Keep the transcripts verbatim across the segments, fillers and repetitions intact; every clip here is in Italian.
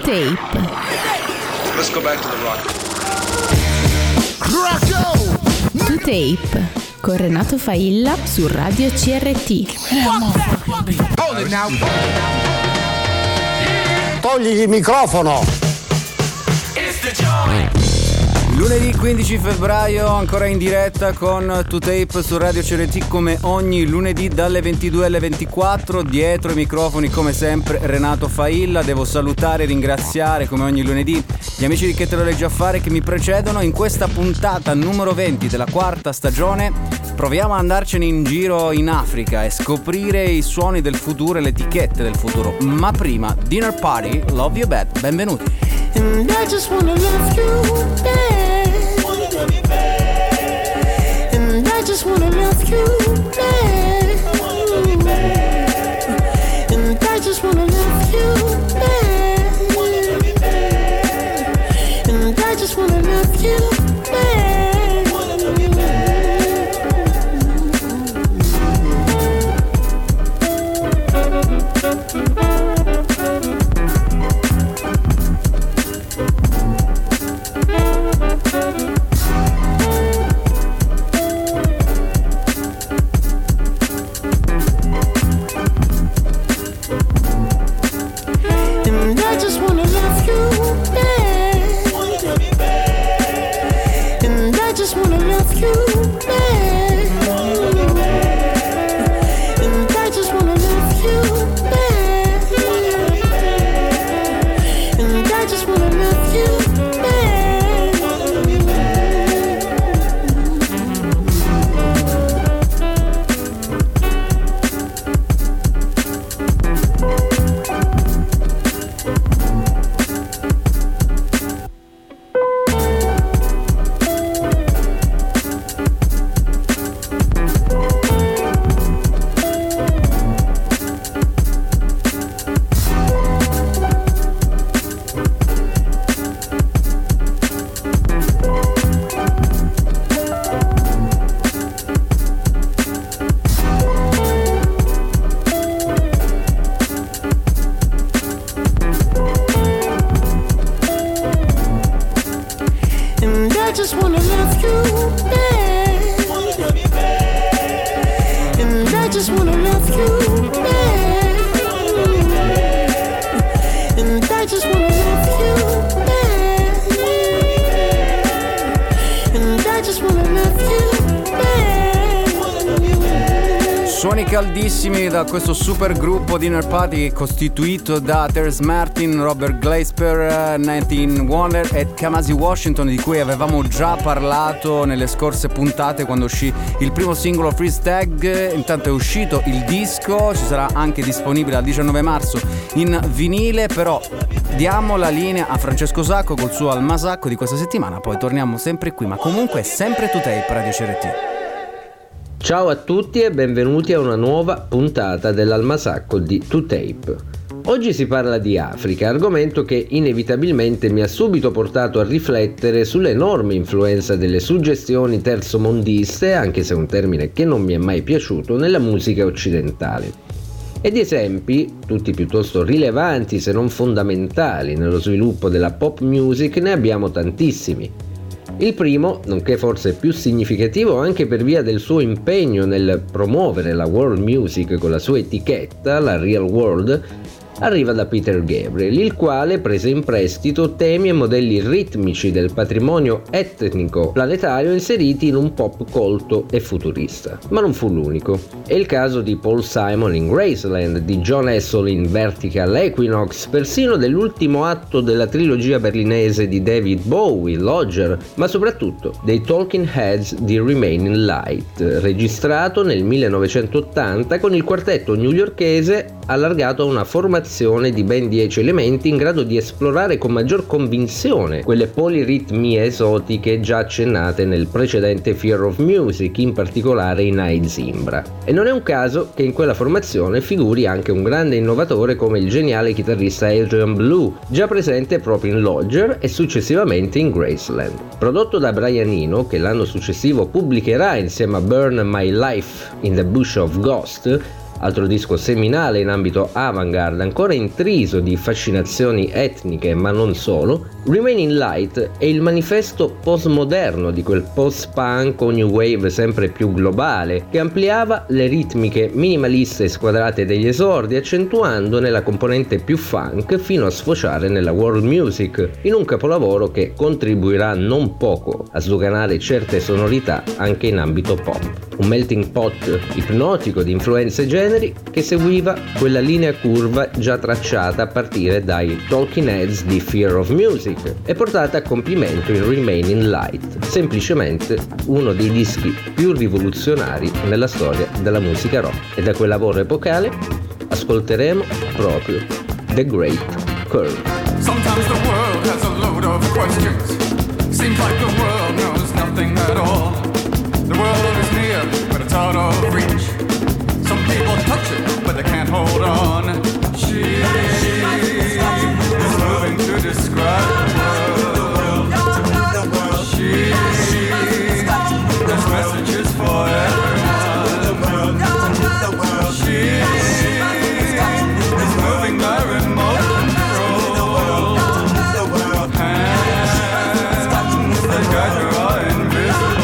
Tape. Let's go back to the rock. To Tape con Renato Failla su Radio C R T. Togli il microfono. Lunedì quindici febbraio, ancora in diretta con To Tape su Radio C R T come ogni lunedì dalle ventidue alle ventiquattro. Dietro i microfoni come sempre Renato Failla. Devo salutare e ringraziare come ogni lunedì gli amici di Che te lo leggi a fare che mi precedono. In questa puntata numero venti della quarta stagione proviamo ad andarcene in giro in Africa e scoprire i suoni del futuro e le etichette del futuro. Ma prima, Dinner Party, Love You Bad, benvenuti. And I just wanna love you bad. Wanna love you bad. And I just wanna love you bad. Wanna love you bad. And I just wanna love you bad. Wanna love you bad. And I just wanna love you bad. Wanna love you bad. Caldissimi da questo super gruppo Dinner Party costituito da Terrence Martin, Robert Glasper, Nathan Wonder e Kamasi Washington, di cui avevamo già parlato nelle scorse puntate quando uscì il primo singolo Freeze Tag. Intanto è uscito il disco, ci sarà anche disponibile al diciannove marzo in vinile, però diamo la linea a Francesco Sacco col suo Almasacco di questa settimana, poi torniamo sempre qui, ma comunque è sempre To Tape Radio C R T. Ciao a tutti e benvenuti a una nuova puntata dell'Almasacco di To Tape. Oggi si parla di Africa, argomento che inevitabilmente mi ha subito portato a riflettere sull'enorme influenza delle suggestioni terzomondiste, anche se è un termine che non mi è mai piaciuto, nella musica occidentale. E di esempi, tutti piuttosto rilevanti se non fondamentali nello sviluppo della pop music, ne abbiamo tantissimi. Il primo, nonché forse più significativo anche per via del suo impegno nel promuovere la world music con la sua etichetta, la Real World, arriva da Peter Gabriel, il quale prese in prestito temi e modelli ritmici del patrimonio etnico planetario inseriti in un pop colto e futurista. Ma non fu l'unico. È il caso di Paul Simon in Graceland, di John Hassell in Vertical Equinox, persino dell'ultimo atto della trilogia berlinese di David Bowie, Lodger, ma soprattutto dei Talking Heads di Remain in Light, registrato nel millenovecentottanta con il quartetto newyorkese allargato a una formazione di ben dieci elementi in grado di esplorare con maggior convinzione quelle poliritmie esotiche già accennate nel precedente Fear of Music, in particolare in Night Zimbra. E non è un caso che in quella formazione figuri anche un grande innovatore come il geniale chitarrista Adrian Blue, già presente proprio in Lodger e successivamente in Graceland. Prodotto da Brian Eno, che l'anno successivo pubblicherà insieme a Burn My Life in the Bush of Ghost, altro disco seminale in ambito avant-garde, ancora intriso di fascinazioni etniche ma non solo, Remaining Light è il manifesto postmoderno di quel post-punk o new wave sempre più globale, che ampliava le ritmiche minimaliste e squadrate degli esordi, accentuandone la componente più funk fino a sfociare nella world music, in un capolavoro che contribuirà non poco a sdoganare certe sonorità anche in ambito pop. Un melting pot ipnotico di influenze e generi che seguiva quella linea curva già tracciata a partire dai Talking Heads di Fear of Music e portata a compimento in Remaining Light, semplicemente uno dei dischi più rivoluzionari nella storia della musica rock. E da quel lavoro epocale ascolteremo proprio The Great Curve. Sometimes the world has a load of questions. Seems like the world knows nothing at all. The world is near, but it's out of reach. Some people touch it, but they can't hold on. She is moving to describe the world. She has messages for everyone. She is moving by remote control. Hands that guide her are invisible.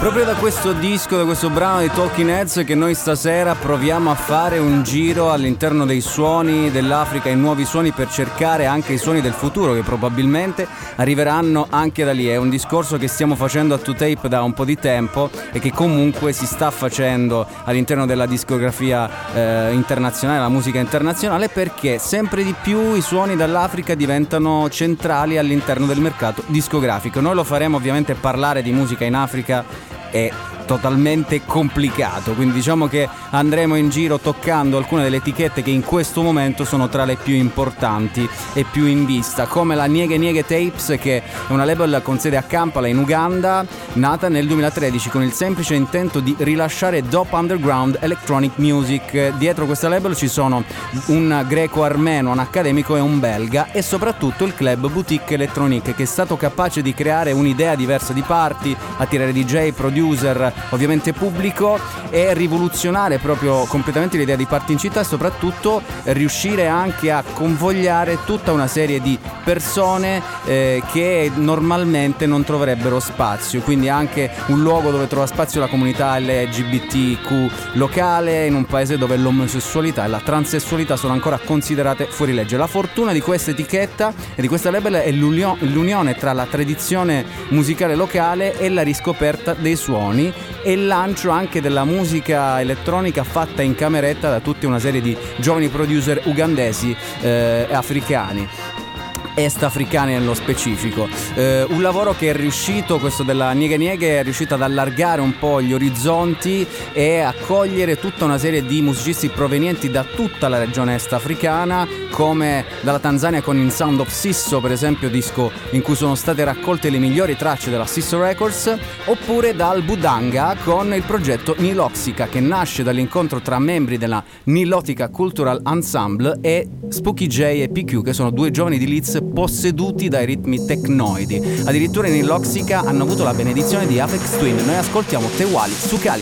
proprio da questo disco, da questo brano dei Talking Heads che noi stasera proviamo a fare un giro all'interno dei suoni dell'Africa, i nuovi suoni, per cercare anche i suoni del futuro che probabilmente arriveranno anche da lì. È un discorso che stiamo facendo a two tape da un po' di tempo e che comunque si sta facendo all'interno della discografia eh, internazionale, la musica internazionale, perché sempre di più i suoni dall'Africa diventano centrali all'interno del mercato discografico. Noi lo faremo, ovviamente parlare di musica in Africa è totalmente complicato, quindi diciamo che andremo in giro toccando alcune delle etichette che in questo momento sono tra le più importanti e più in vista, come la Niege Niege Tapes, che è una label con sede a Kampala in Uganda, nata nel duemilatredici con il semplice intento di rilasciare dope underground electronic music. Dietro questa label ci sono un greco-armeno, un accademico e un belga, e soprattutto il club Boutique Electronique, che è stato capace di creare un'idea diversa di party, attirare D J, producer, ovviamente pubblico, e rivoluzionare proprio completamente l'idea di party in città, e soprattutto riuscire anche a convogliare tutta una serie di persone eh, che normalmente non troverebbero spazio, quindi anche un luogo dove trova spazio la comunità L G B T Q locale, in un paese dove l'omosessualità e la transessualità sono ancora considerate fuori legge. La fortuna di questa etichetta e di questa label è l'unione tra la tradizione musicale locale e la riscoperta dei suoni, e il lancio anche della musica elettronica fatta in cameretta da tutta una serie di giovani producer ugandesi e eh, africani, est africani nello specifico. Eh, un lavoro che è riuscito, questo della Niege Niege, è riuscito ad allargare un po' gli orizzonti e a cogliere tutta una serie di musicisti provenienti da tutta la regione est africana, come dalla Tanzania con In Sound of Sisso, per esempio, disco in cui sono state raccolte le migliori tracce della Sisso Records, oppure dal Budanga con il progetto Niloxica, che nasce dall'incontro tra membri della Nilotica Cultural Ensemble e Spooky J e P Q, che sono due giovani di Leeds posseduti dai ritmi tecnoidi. Addirittura in Niloxica hanno avuto la benedizione di Aphex Twin. Noi ascoltiamo Tewali Sukali.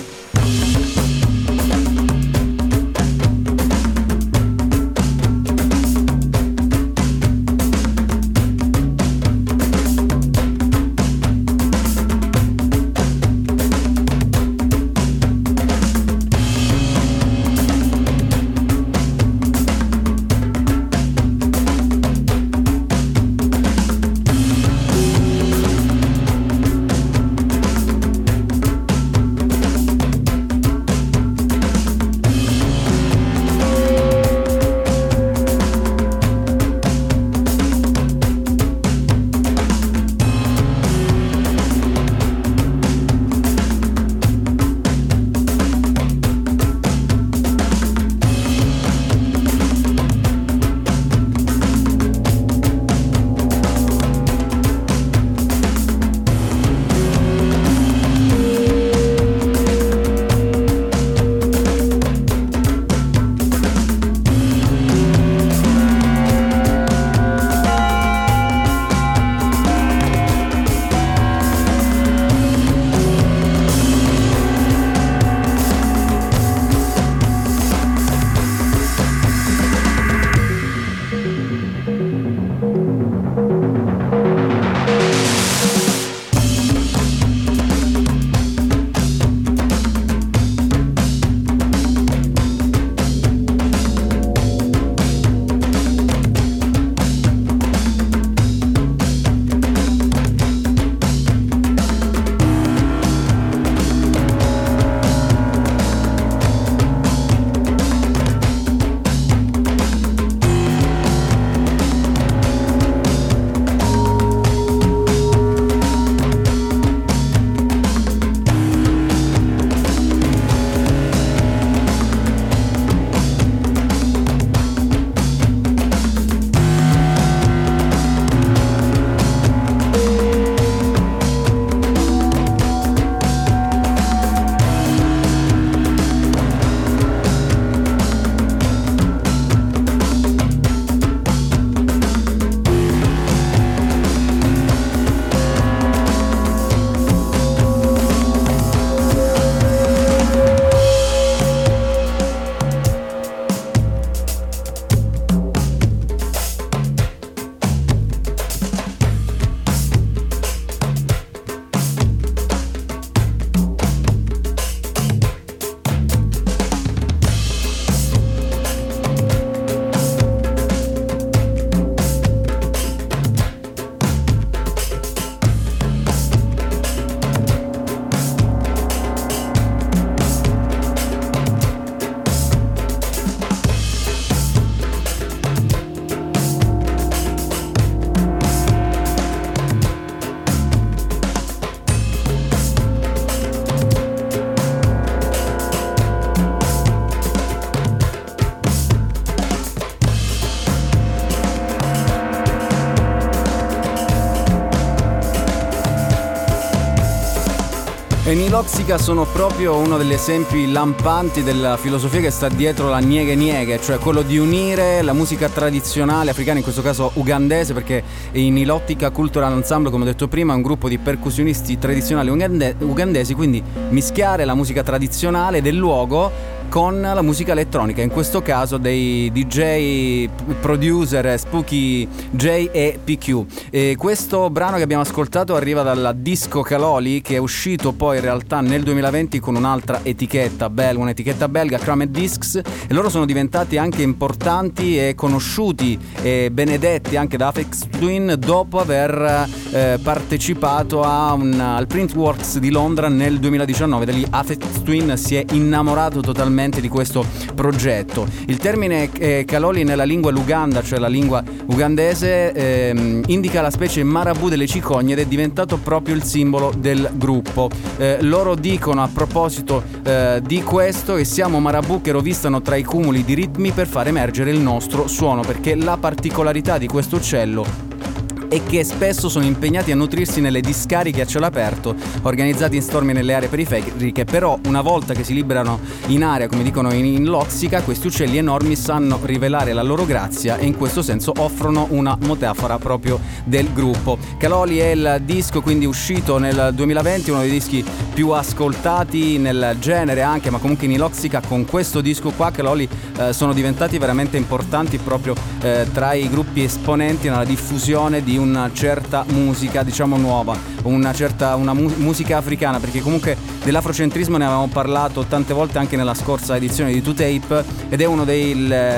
E Niloxica sono proprio uno degli esempi lampanti della filosofia che sta dietro la Nieghe Nieghe, cioè quello di unire la musica tradizionale africana, in questo caso ugandese, perché i Nilotica Cultural Ensemble, come ho detto prima, è un gruppo di percussionisti tradizionali ugande- ugandesi, quindi mischiare la musica tradizionale del luogo con la musica elettronica, in questo caso dei D J producer Spooky J e P Q. E questo brano che abbiamo ascoltato arriva dalla Disco Kaloli, che è uscito poi in realtà nel duemilaventi con un'altra etichetta belga, un'etichetta belga, Kramet Discs, e loro sono diventati anche importanti e conosciuti e benedetti anche da Aphex Twin dopo aver eh, partecipato a un, al Printworks di Londra nel duemiladiciannove. Da lì Aphex Twin si è innamorato totalmente di questo progetto. Il termine eh, Kaloli nella lingua luganda, cioè la lingua ugandese, ehm, indica la specie marabù delle cicogne ed è diventato proprio il simbolo del gruppo. Eh, loro dicono a proposito eh, di questo che siamo marabù che rovistano tra i cumuli di ritmi per far emergere il nostro suono, perché la particolarità di questo uccello e che spesso sono impegnati a nutrirsi nelle discariche a cielo aperto organizzate in stormi nelle aree periferiche, però una volta che si liberano in aria, come dicono in, in Loxica, questi uccelli enormi sanno rivelare la loro grazia e in questo senso offrono una metafora proprio del gruppo. Kaloli è il disco quindi uscito nel duemilaventi, uno dei dischi più ascoltati nel genere anche, ma comunque in Loxica con questo disco qua Kaloli eh, sono diventati veramente importanti proprio eh, tra i gruppi esponenti nella diffusione di una certa musica, diciamo nuova, una certa una mu- musica africana, perché comunque dell'afrocentrismo ne avevamo parlato tante volte anche nella scorsa edizione di two tape ed è uno dei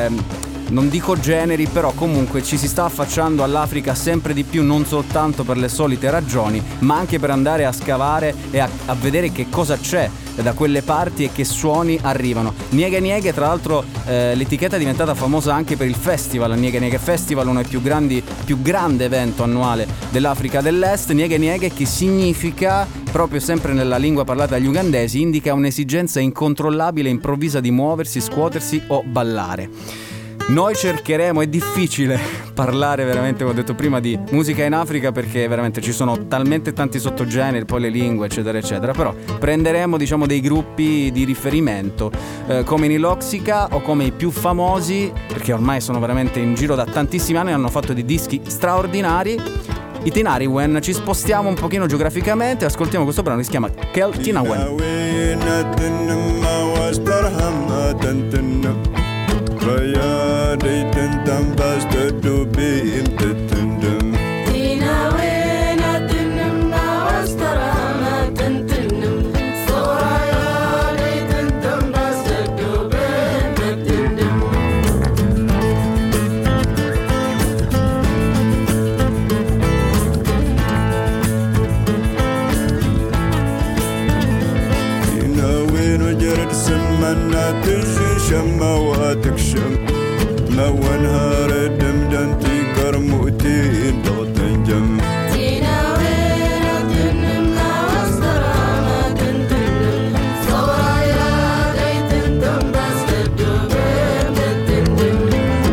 non dico generi, però comunque ci si sta affacciando all'Africa sempre di più, non soltanto per le solite ragioni, ma anche per andare a scavare e a, a vedere che cosa c'è da quelle parti e che suoni arrivano. Nieghe Nieghe, tra l'altro eh, l'etichetta è diventata famosa anche per il festival Nieghe Nieghe Festival, uno dei più grandi più grande evento annuale dell'Africa dell'Est. Nieghe Nieghe, che significa, proprio sempre nella lingua parlata dagli ugandesi, indica un'esigenza incontrollabile e improvvisa di muoversi, scuotersi o ballare. Noi cercheremo, è difficile parlare veramente, come ho detto prima, di musica in Africa perché veramente ci sono talmente tanti sottogeneri, poi le lingue eccetera eccetera, però prenderemo diciamo dei gruppi di riferimento eh, come i Niloxica o come i più famosi, perché ormai sono veramente in giro da tantissimi anni e hanno fatto dei dischi straordinari, i Tinariwen. Ci spostiamo un pochino geograficamente, ascoltiamo questo brano che si chiama Kel Tinawen. Raya day tentam bas de do be in tetendum Tina we na tenum na wastarama tentenum Soraya day tentam bas de do be in tetendum Tina we no jarat samana tishin shama wa تكشم ما ونهار الدم دنتي كرموتي ضغط جم تينا وين تنم ما وصرا ما تنتنم صورا يا ديت الدم بس الدوبين بتندم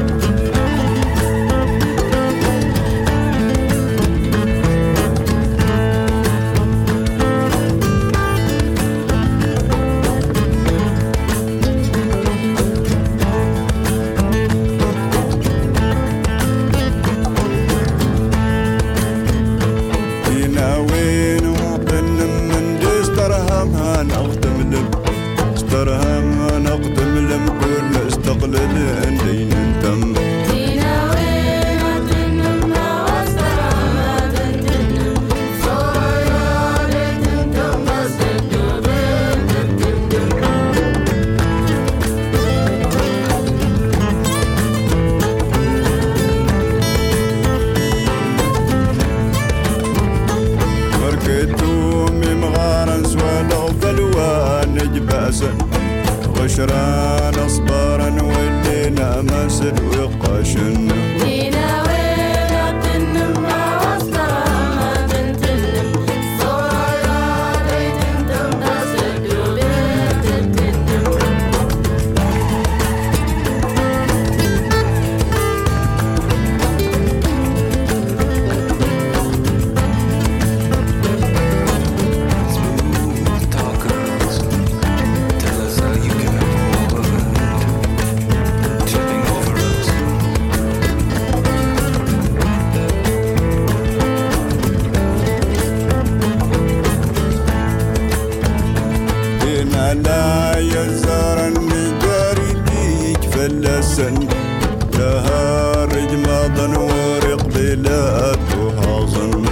غشران اصبارا ولينا مسد وقاشن دينا وين تنم ما وصرا ما تنتنم صورا ليت انتم تسد وبين تنتنم Smooth ميلاته حزن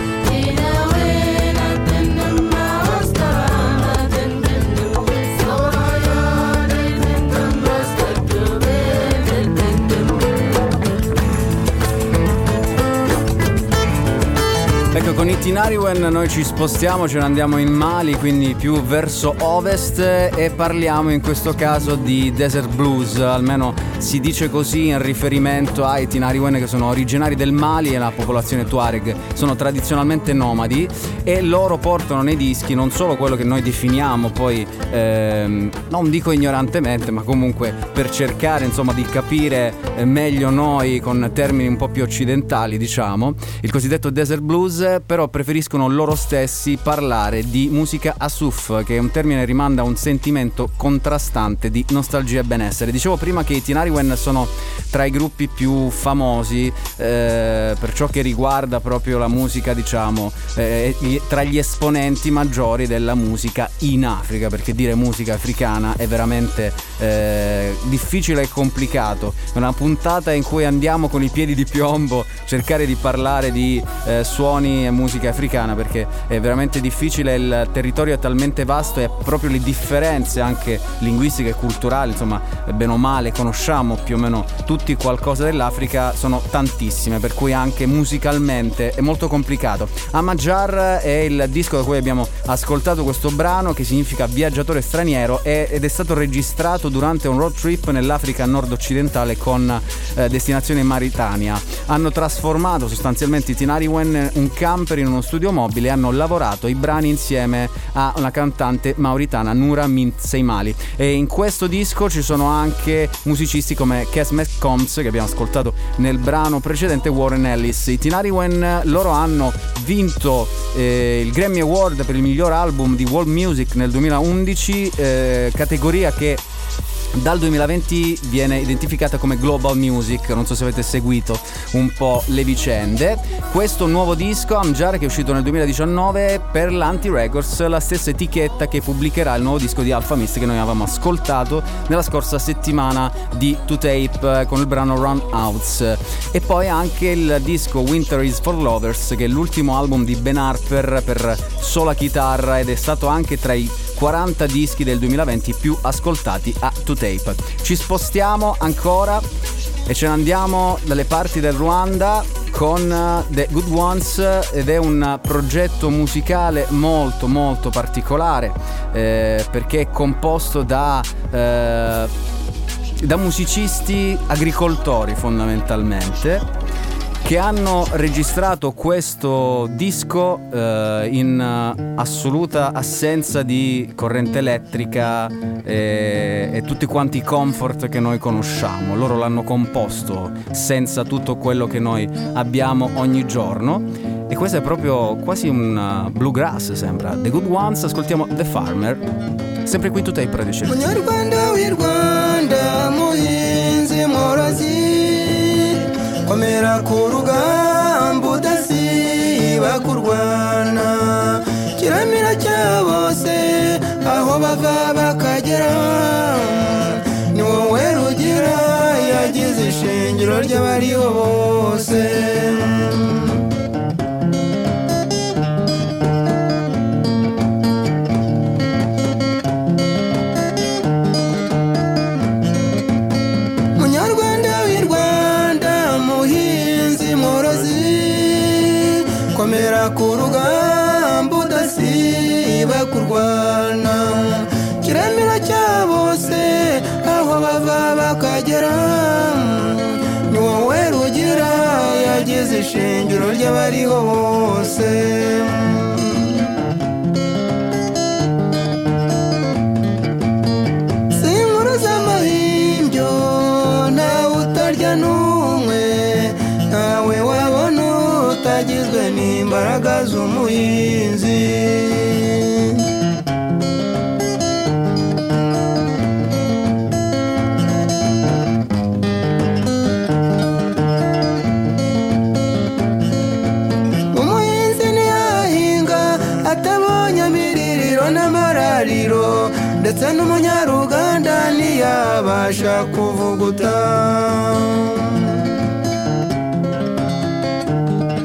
Ecco, con i Tinariwen noi ci spostiamo, ce ne andiamo in Mali, quindi più verso ovest, e parliamo in questo caso di desert blues, almeno si dice così in riferimento ai Tinariwen, che sono originari del Mali e la popolazione Tuareg sono tradizionalmente nomadi, e loro portano nei dischi non solo quello che noi definiamo poi ehm, non dico ignorantemente, ma comunque per cercare insomma di capire meglio noi con termini un po' più occidentali, diciamo, il cosiddetto desert blues, però preferiscono loro stessi parlare di musica asuf, che è un termine che rimanda a un sentimento contrastante di nostalgia e benessere. Dicevo prima che i Tinariwen sono tra i gruppi più famosi eh, per ciò che riguarda proprio la musica, diciamo, eh, tra gli esponenti maggiori della musica in Africa, perché dire musica africana è veramente eh, difficile e complicato. È una puntata in cui andiamo con i piedi di piombo cercare di parlare di eh, suoni e musica africana, perché è veramente difficile, il territorio è talmente vasto e proprio le differenze anche linguistiche e culturali, insomma, bene o male conosciamo più o meno tutti qualcosa dell'Africa, sono tantissime, per cui anche musicalmente è molto complicato. Amajar è il disco da cui abbiamo ascoltato questo brano, che significa viaggiatore straniero, ed è stato registrato durante un road trip nell'Africa nord-occidentale con eh, destinazione Mauritania. Hanno trasformato sostanzialmente i Tinariwen un camper in uno studio mobile e hanno lavorato i brani insieme a una cantante mauritana, Noura Mint Seimali, e in questo disco ci sono anche musicisti come Kesmet Combs, che abbiamo ascoltato nel brano precedente, Warren Ellis. I Tinariwen, loro hanno vinto eh, il Grammy Award per il miglior album di world music nel duemilaundici, eh, categoria che dal duemilaventi viene identificata come Global Music. Non so se avete seguito un po' le vicende. Questo nuovo disco, Amajar, che è uscito nel duemiladiciannove per l'Anti Records, la stessa etichetta che pubblicherà il nuovo disco di Alpha Mist che noi avevamo ascoltato nella scorsa settimana di two tape con il brano Run Outs, e poi anche il disco Winter is for Lovers, che è l'ultimo album di Ben Harper per sola chitarra, ed è stato anche tra i quaranta dischi del duemilaventi più ascoltati a two tape. Ci spostiamo ancora e ce ne andiamo dalle parti del Ruanda con The Good Ones, ed è un progetto musicale molto molto particolare eh, perché è composto da eh, da musicisti agricoltori fondamentalmente, che hanno registrato questo disco eh, in assoluta assenza di corrente elettrica e, e tutti quanti i comfort che noi conosciamo. Loro l'hanno composto senza tutto quello che noi abbiamo ogni giorno, e questo è proprio quasi un bluegrass, sembra. The Good Ones, ascoltiamo The Farmer, sempre qui two tape Radio C R T. Munyarwanda w'i Rwanda, muhinzi mworozi, komera ku rugamba udasiba kurwana, kiramira cya bose aho bava bakagera, ni wowe rugira yagize ishingiro ry'abariho bose. Komera ku rugamba udasiba kurwana, kiramira cya bose aho bava bakagera, ni wowe rugira yagize ishingiro ry'abariho bose. Sinkuru z'amahimbyo ntawe utarya n'umwe, ntawe wabona utagizwe n'imbaraga z'umuhinzi. Umuhinzi ntiyahinga atabonye amiririro n'amarariro, ndetse n'umunyaruganda ntiyabasha kuvuguta.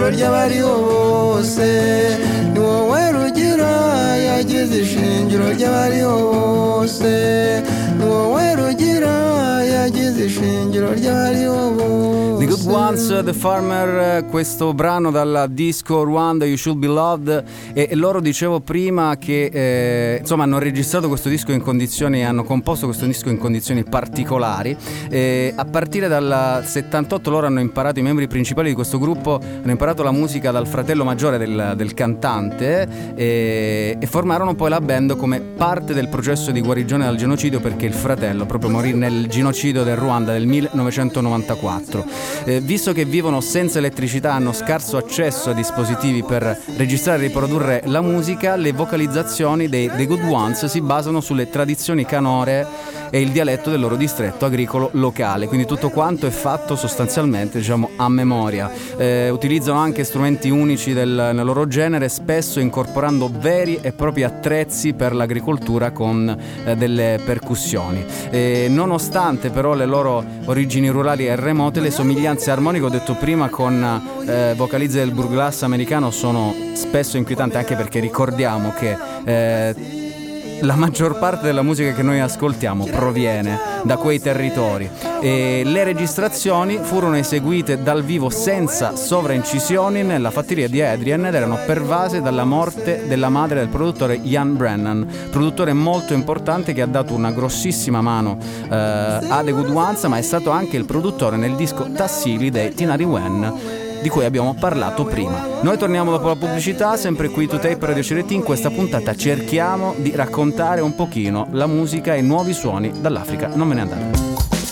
ry'abariho bose ni wowe rugira yagize ishingiro ry'abariho bose ni wowe rugira yagize ishingiro ry'abariho bose. The Good Ones, The Farmer, questo brano dal disco Rwanda You Should Be Loved, e, e loro dicevo prima che eh, insomma hanno registrato questo disco in condizioni, hanno composto questo disco in condizioni particolari. Eh, a partire dal settantotto loro hanno imparato, i membri principali di questo gruppo hanno imparato la musica dal fratello maggiore del, del cantante e, e formarono poi la band come parte del processo di guarigione dal genocidio, perché il fratello proprio morì nel genocidio del Ruanda del millenovecentonovantaquattro. Eh, visto che vivono senza elettricità, hanno scarso accesso a dispositivi per registrare e riprodurre la musica, le vocalizzazioni dei The Good Ones si basano sulle tradizioni canore e il dialetto del loro distretto agricolo locale, quindi tutto quanto è fatto sostanzialmente, diciamo, a memoria. Eh, utilizzano anche strumenti unici del, nel loro genere, spesso incorporando veri e propri attrezzi per l'agricoltura con eh, delle percussioni. Eh, nonostante però le loro origini rurali e remote, le somiglianze armoniche, ho detto prima, con eh, vocalizzi del burglass americano sono spesso inquietanti, anche perché ricordiamo che eh, la maggior parte della musica che noi ascoltiamo proviene da quei territori, e le registrazioni furono eseguite dal vivo senza sovraincisioni nella fattoria di Adrian ed erano pervase dalla morte della madre del produttore Ian Brennan, produttore molto importante che ha dato una grossissima mano eh, a The Good Ones, ma è stato anche il produttore nel disco Tassili dei Tinari Wen, di cui abbiamo parlato prima. Noi torniamo dopo la pubblicità, sempre qui To Tape Radio C R T. In questa puntata cerchiamo di raccontare un pochino la musica e i nuovi suoni dall'Africa. Non me ne andate.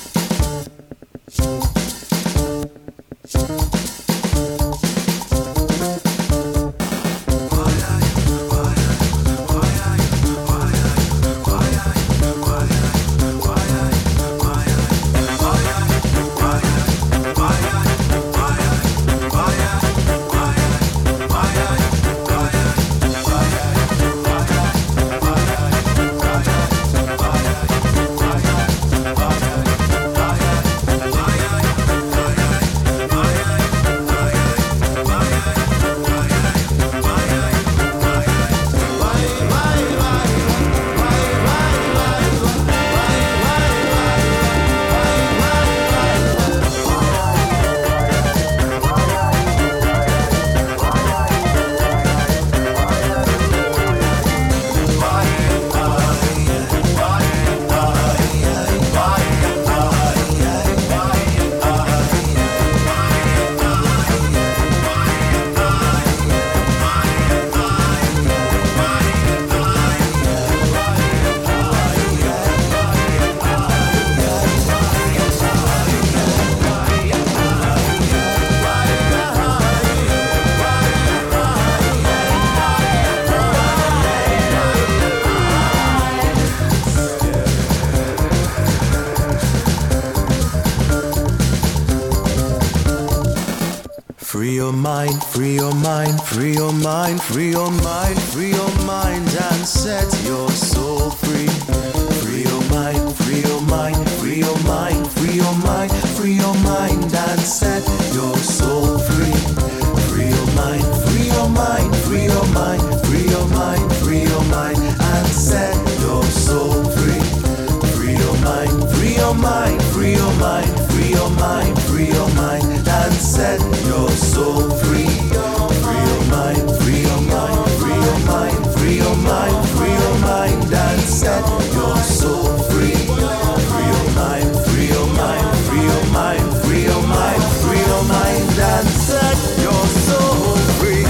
Free your mind, free your mind, free your mind, free your mind, free your mind and set your soul free. Free your mind, free your mind, free your mind, free your mind, free your mind and set your soul free. Free your mind, free your mind, free your mind, free your mind, free your mind and set your soul free. Free your mind, free your mind, free your mind, free your mind, free your mind and set your soul free. Free your mind, free your mind, free your mind, free your mind, free your mind and set your soul free. Free your mind, free your mind, free your mind, free your mind, free your mind and set your soul free.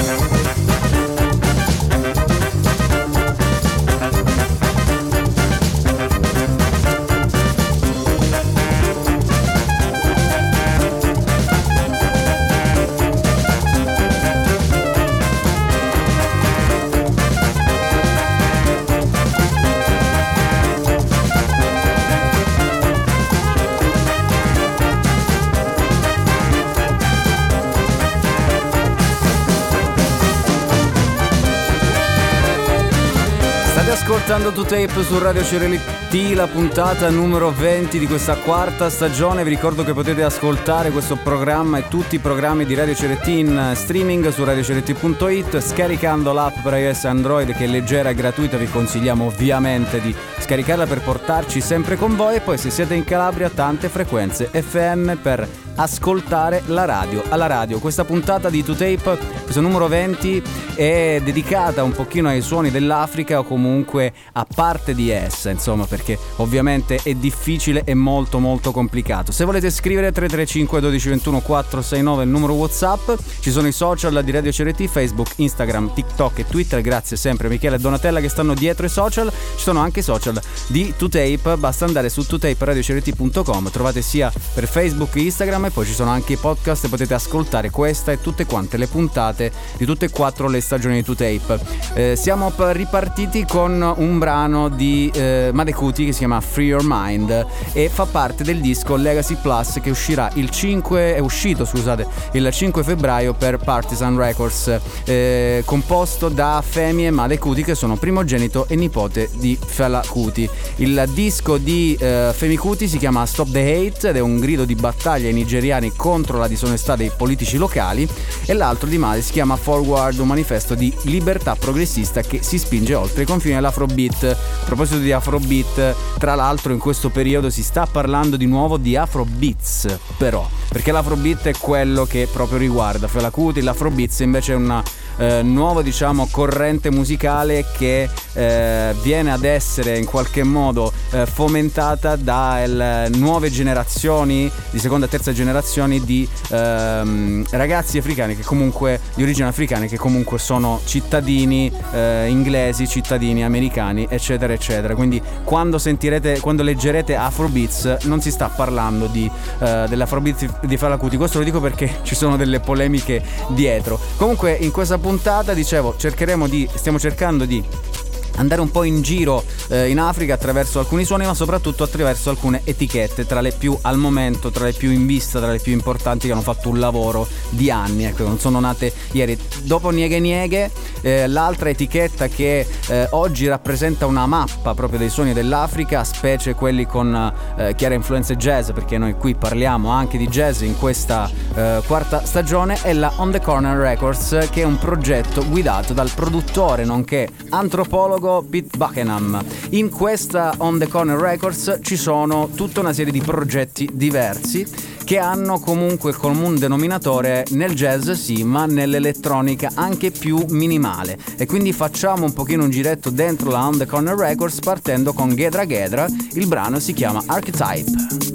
ascoltando To Tape su Radio C R T, la puntata numero venti di questa quarta stagione. Vi ricordo che potete ascoltare questo programma e tutti i programmi di Radio C R T in streaming su radio c r t punto it, scaricando l'app per iOS e Android, che è leggera e gratuita. Vi consigliamo ovviamente di scaricarla per portarci sempre con voi. E poi, se siete in Calabria, tante frequenze F M per ascoltare la radio. Alla radio, questa puntata di To Tape, questo numero venti, è dedicata un pochino ai suoni dell'Africa, o comunque a parte di essa, insomma, perché ovviamente è difficile e molto molto complicato. Se volete scrivere, tre tre cinque uno due due uno quattro sei nove il numero WhatsApp. Ci sono i social di Radio C R T, Facebook, Instagram, TikTok e Twitter. Grazie sempre a Michele e Donatella che stanno dietro i social. Ci sono anche i social di To Tape, basta andare su to tape radio c r t punto com, trovate sia per Facebook che Instagram, e poi ci sono anche i podcast e potete ascoltare questa e tutte quante le puntate di tutte e quattro le stagioni di To Tape. Eh, siamo ripartiti con un brano di eh, Madekuti che si chiama Free Your Mind e fa parte del disco Legacy Plus, che uscirà il cinque è uscito scusate il cinque febbraio per Partisan Records, eh, composto da Femi e Madekuti, che sono primogenito e nipote di Fela Kuti. Il disco di eh, Femi Kuti si chiama Stop the Hate ed è un grido di battaglia ai nigeriani contro la disonestà dei politici locali, e l'altro di Made si chiama Forward, un manifesto di libertà progressista che si spinge oltre i confini dell'Afrobeat. A proposito di Afrobeat, tra l'altro in questo periodo si sta parlando di nuovo di Afrobeats, però, perché l'Afrobeat è quello che proprio riguarda Fela Kuti, l'Afrobeats invece è una eh, nuova, diciamo, corrente musicale che eh, viene ad essere in qualche modo eh, fomentata dalle nuove generazioni, di seconda e terza generazioni di ehm, ragazzi africani che comunque di origine africana, che comunque sono cittadini eh, inglesi, cittadini americani, eccetera eccetera. Quindi quando sentirete, quando leggerete Afrobeats, non si sta parlando di eh, dell'Afrobeats di Fela Kuti. Questo lo dico perché ci sono delle polemiche dietro. Comunque in questa puntata, dicevo, cercheremo di stiamo cercando di andare un po' in giro eh, in Africa attraverso alcuni suoni, ma soprattutto attraverso alcune etichette, tra le più al momento, tra le più in vista, tra le più importanti, che hanno fatto un lavoro di anni, ecco, non sono nate ieri. Dopo Nieghe Nieghe, eh, l'altra etichetta che eh, oggi rappresenta una mappa proprio dei suoni dell'Africa, specie quelli con eh, chiare influenze jazz, perché noi qui parliamo anche di jazz in questa eh, quarta stagione, è la On The Corner Records, che è un progetto guidato dal produttore nonché antropologo Pete Buckingham. In questa On The Corner Records ci sono tutta una serie di progetti diversi che hanno comunque il comune denominatore nel jazz, sì, ma nell'elettronica anche più minimale. E quindi facciamo un pochino un giretto dentro la On The Corner Records partendo con Ghedra Ghedra. Il brano si chiama Archetype.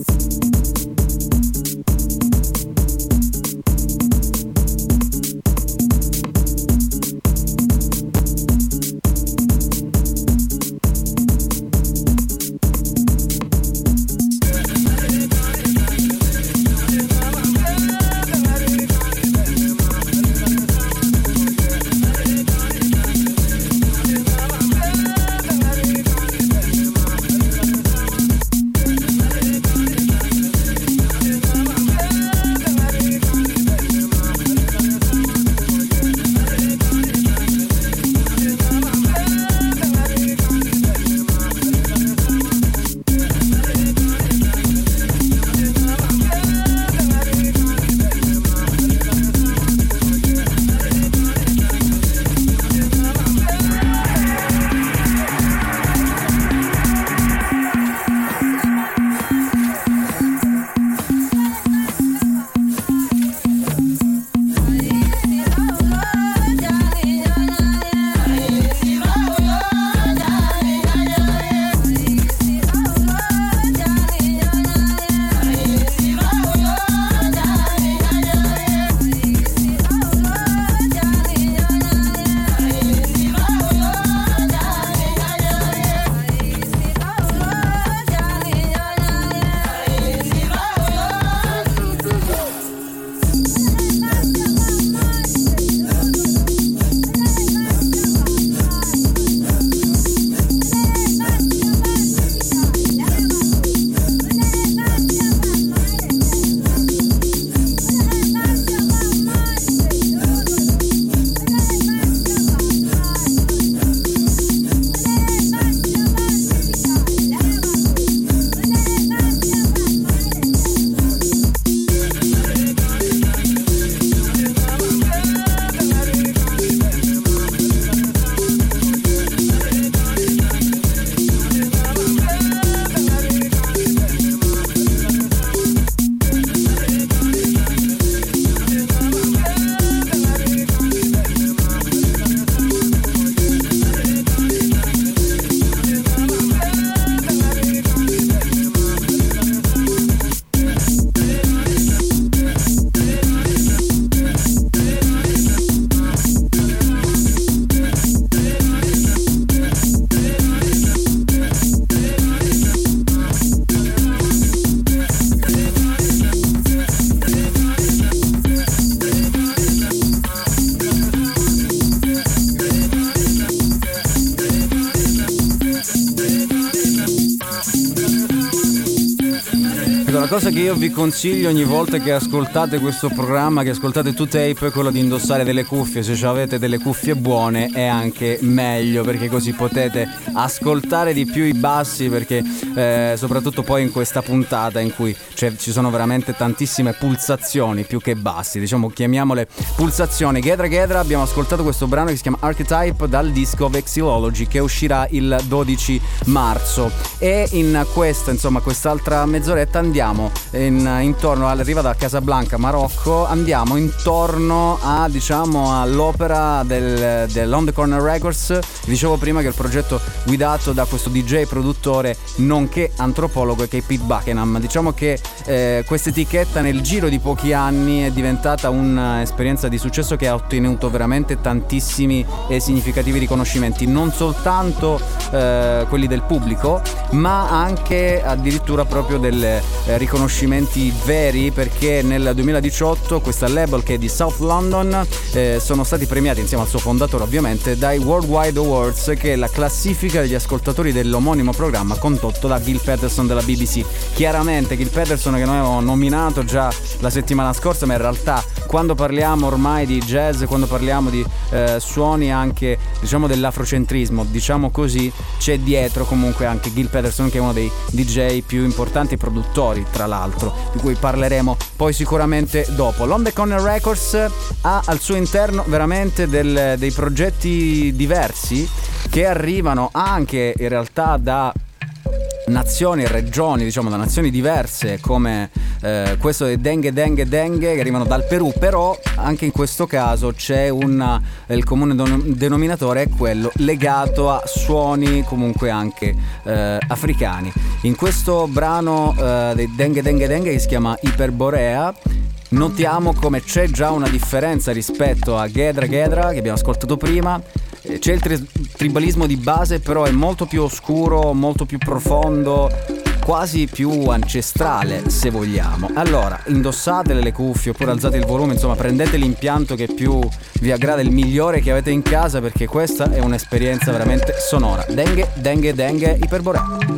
La cosa che io vi consiglio ogni volta che ascoltate questo programma, che ascoltate two tape, è quello di indossare delle cuffie. Se avete delle cuffie buone è anche meglio, perché così potete ascoltare di più i bassi, perché eh, soprattutto poi in questa puntata in cui cioè, ci sono veramente tantissime pulsazioni più che bassi, diciamo chiamiamole pulsazioni. Ghedra Ghedra, abbiamo ascoltato questo brano che si chiama Archetype dal disco Vexillology, che uscirà il dodici marzo, e in questa insomma quest'altra mezz'oretta andiamo in, intorno all'arriva da Casablanca, Marocco, andiamo intorno a diciamo all'opera del, dell'On The Corner Records. Dicevo prima che il progetto guidato da questo D J produttore nonché antropologo che è Pete Buckingham. Diciamo che eh, questa etichetta nel giro di pochi anni è diventata un'esperienza di successo che ha ottenuto veramente tantissimi e significativi riconoscimenti, non soltanto eh, quelli del pubblico ma anche addirittura proprio delle eh, riconoscimenti veri, perché nel duemiladiciotto questa label, che è di South London, eh, sono stati premiati insieme al suo fondatore ovviamente dai Worldwide Awards, che è la classifica degli ascoltatori dell'omonimo programma condotto da Gil Peterson della B B C. Chiaramente Gil Peterson, che noi avevamo nominato già la settimana scorsa, ma in realtà quando parliamo ormai di jazz, quando parliamo di eh, suoni anche diciamo dell'afrocentrismo, diciamo così, c'è dietro comunque anche Gil Peterson, che è uno dei D J più importanti produttori, tra l'altro, di cui parleremo poi sicuramente dopo. L'On The Corner Records ha al suo interno veramente del, dei progetti diversi che arrivano anche in realtà da nazioni e regioni, diciamo da nazioni diverse, come eh, questo è Dengue Dengue Dengue, che arrivano dal Perù, però anche in questo caso c'è un il comune denominatore è quello legato a suoni comunque anche eh, africani. In questo brano eh, dei Dengue Dengue Dengue, che si chiama Iperborea, notiamo come c'è già una differenza rispetto a Ghedra Ghedra che abbiamo ascoltato prima. C'è il tri- tribalismo di base, però è molto più oscuro, molto più profondo, quasi più ancestrale se vogliamo. Allora indossatele le cuffie oppure alzate il volume, insomma prendete l'impianto che più vi aggrada, il migliore che avete in casa, perché questa è un'esperienza veramente sonora. Dengue Dengue Dengue Iperborea.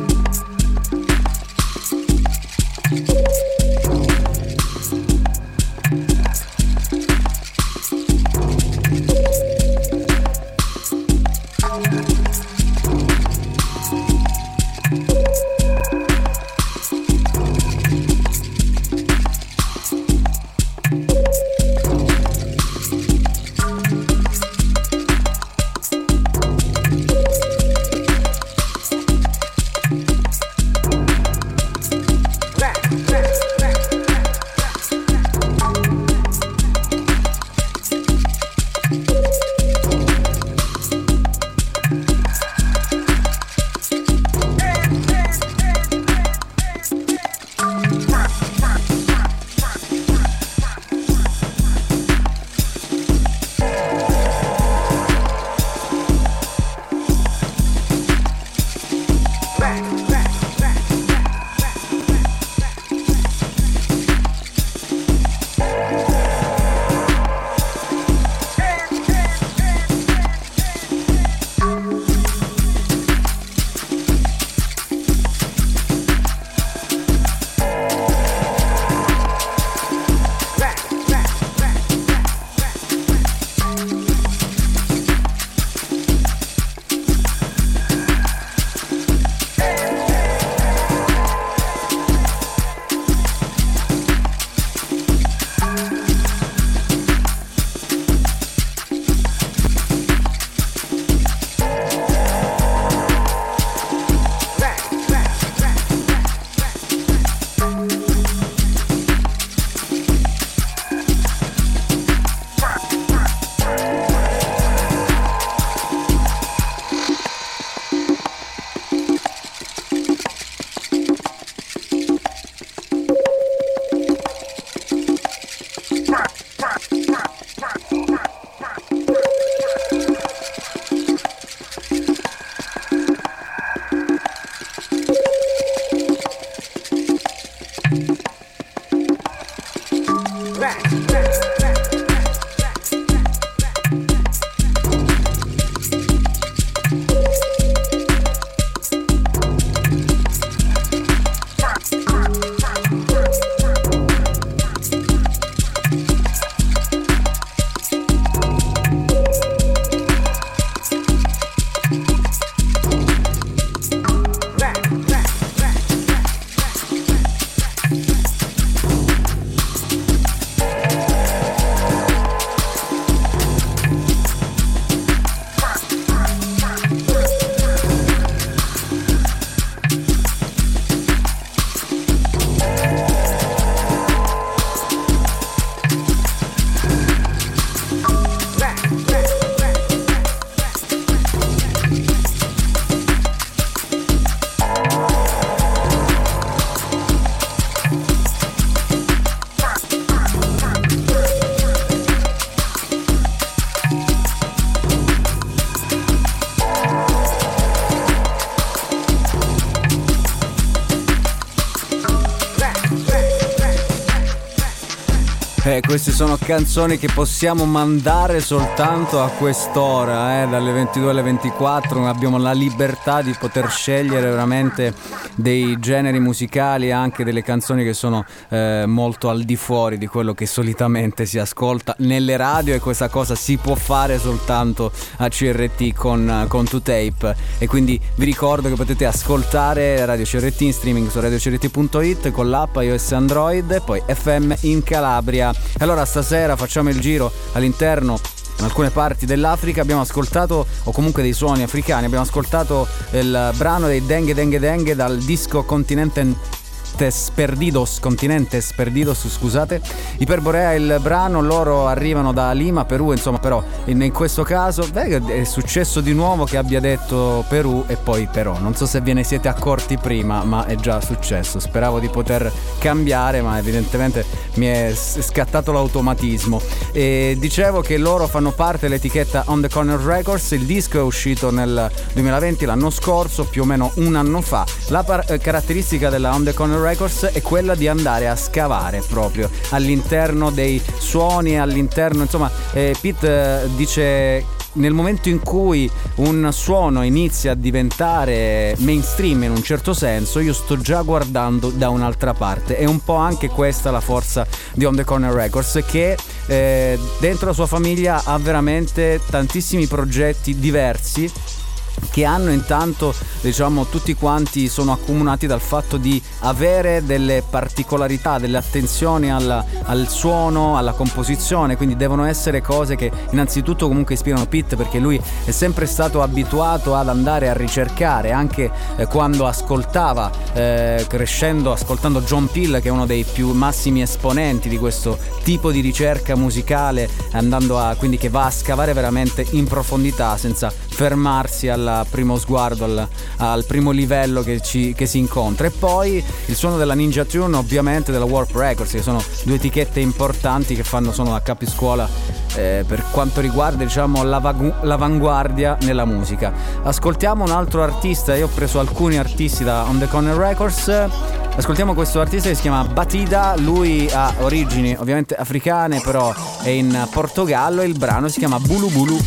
Eh, queste sono canzoni che possiamo mandare soltanto a quest'ora, eh, dalle ventidue alle ventiquattro. Abbiamo la libertà di poter scegliere veramente dei generi musicali, anche delle canzoni che sono eh, molto al di fuori di quello che solitamente si ascolta nelle radio, e questa cosa si può fare soltanto a C R T con, con two tape. E quindi vi ricordo che potete ascoltare Radio C R T in streaming su radio c r t punto i t con l'app iOS e Android, e poi F M in Calabria. Allora stasera facciamo il giro all'interno, in alcune parti dell'Africa. Abbiamo ascoltato, o comunque dei suoni africani, abbiamo ascoltato il brano dei Dengue Dengue Dengue dal disco Continente Perdidos, Continentes Perdidos, scusate. Iperborea è il brano, loro arrivano da Lima, Perù, insomma, però in, in questo caso beh, è successo di nuovo che abbia detto Perù e poi però. Non so se ve ne siete accorti prima, ma è già successo. Speravo di poter cambiare, ma evidentemente mi è scattato l'automatismo. E dicevo che loro fanno parte dell'etichetta On The Corner Records. Il disco è uscito nel duemilaventi, l'anno scorso, più o meno un anno fa. La par- caratteristica della On The Corner Records è quella di andare a scavare proprio all'interno dei suoni, all'interno, insomma, eh, Pete eh, dice: nel momento in cui un suono inizia a diventare mainstream in un certo senso, io sto già guardando da un'altra parte. È un po' anche questa la forza di On The Corner Records, che eh, dentro la sua famiglia ha veramente tantissimi progetti diversi, che hanno intanto, diciamo, tutti quanti sono accomunati dal fatto di avere delle particolarità, delle attenzioni alla, al suono, alla composizione. Quindi devono essere cose che innanzitutto comunque ispirano Pete, perché lui è sempre stato abituato ad andare a ricercare, anche eh, quando ascoltava, eh, crescendo ascoltando John Peel, che è uno dei più massimi esponenti di questo tipo di ricerca musicale, andando a, quindi, che va a scavare veramente in profondità senza fermarsi al primo sguardo, al, al primo livello che, ci, che si incontra. E poi il suono della Ninja Tune, ovviamente della Warp Records, che sono due etichette importanti che fanno, sono la capiscuola eh, per quanto riguarda, diciamo, l'avagu- l'avanguardia nella musica. Ascoltiamo un altro artista. Io ho preso alcuni artisti da On The Corner Records. Ascoltiamo questo artista che si chiama Batida. Lui ha origini ovviamente africane, però è in Portogallo, e il brano si chiama Bulu Bulu.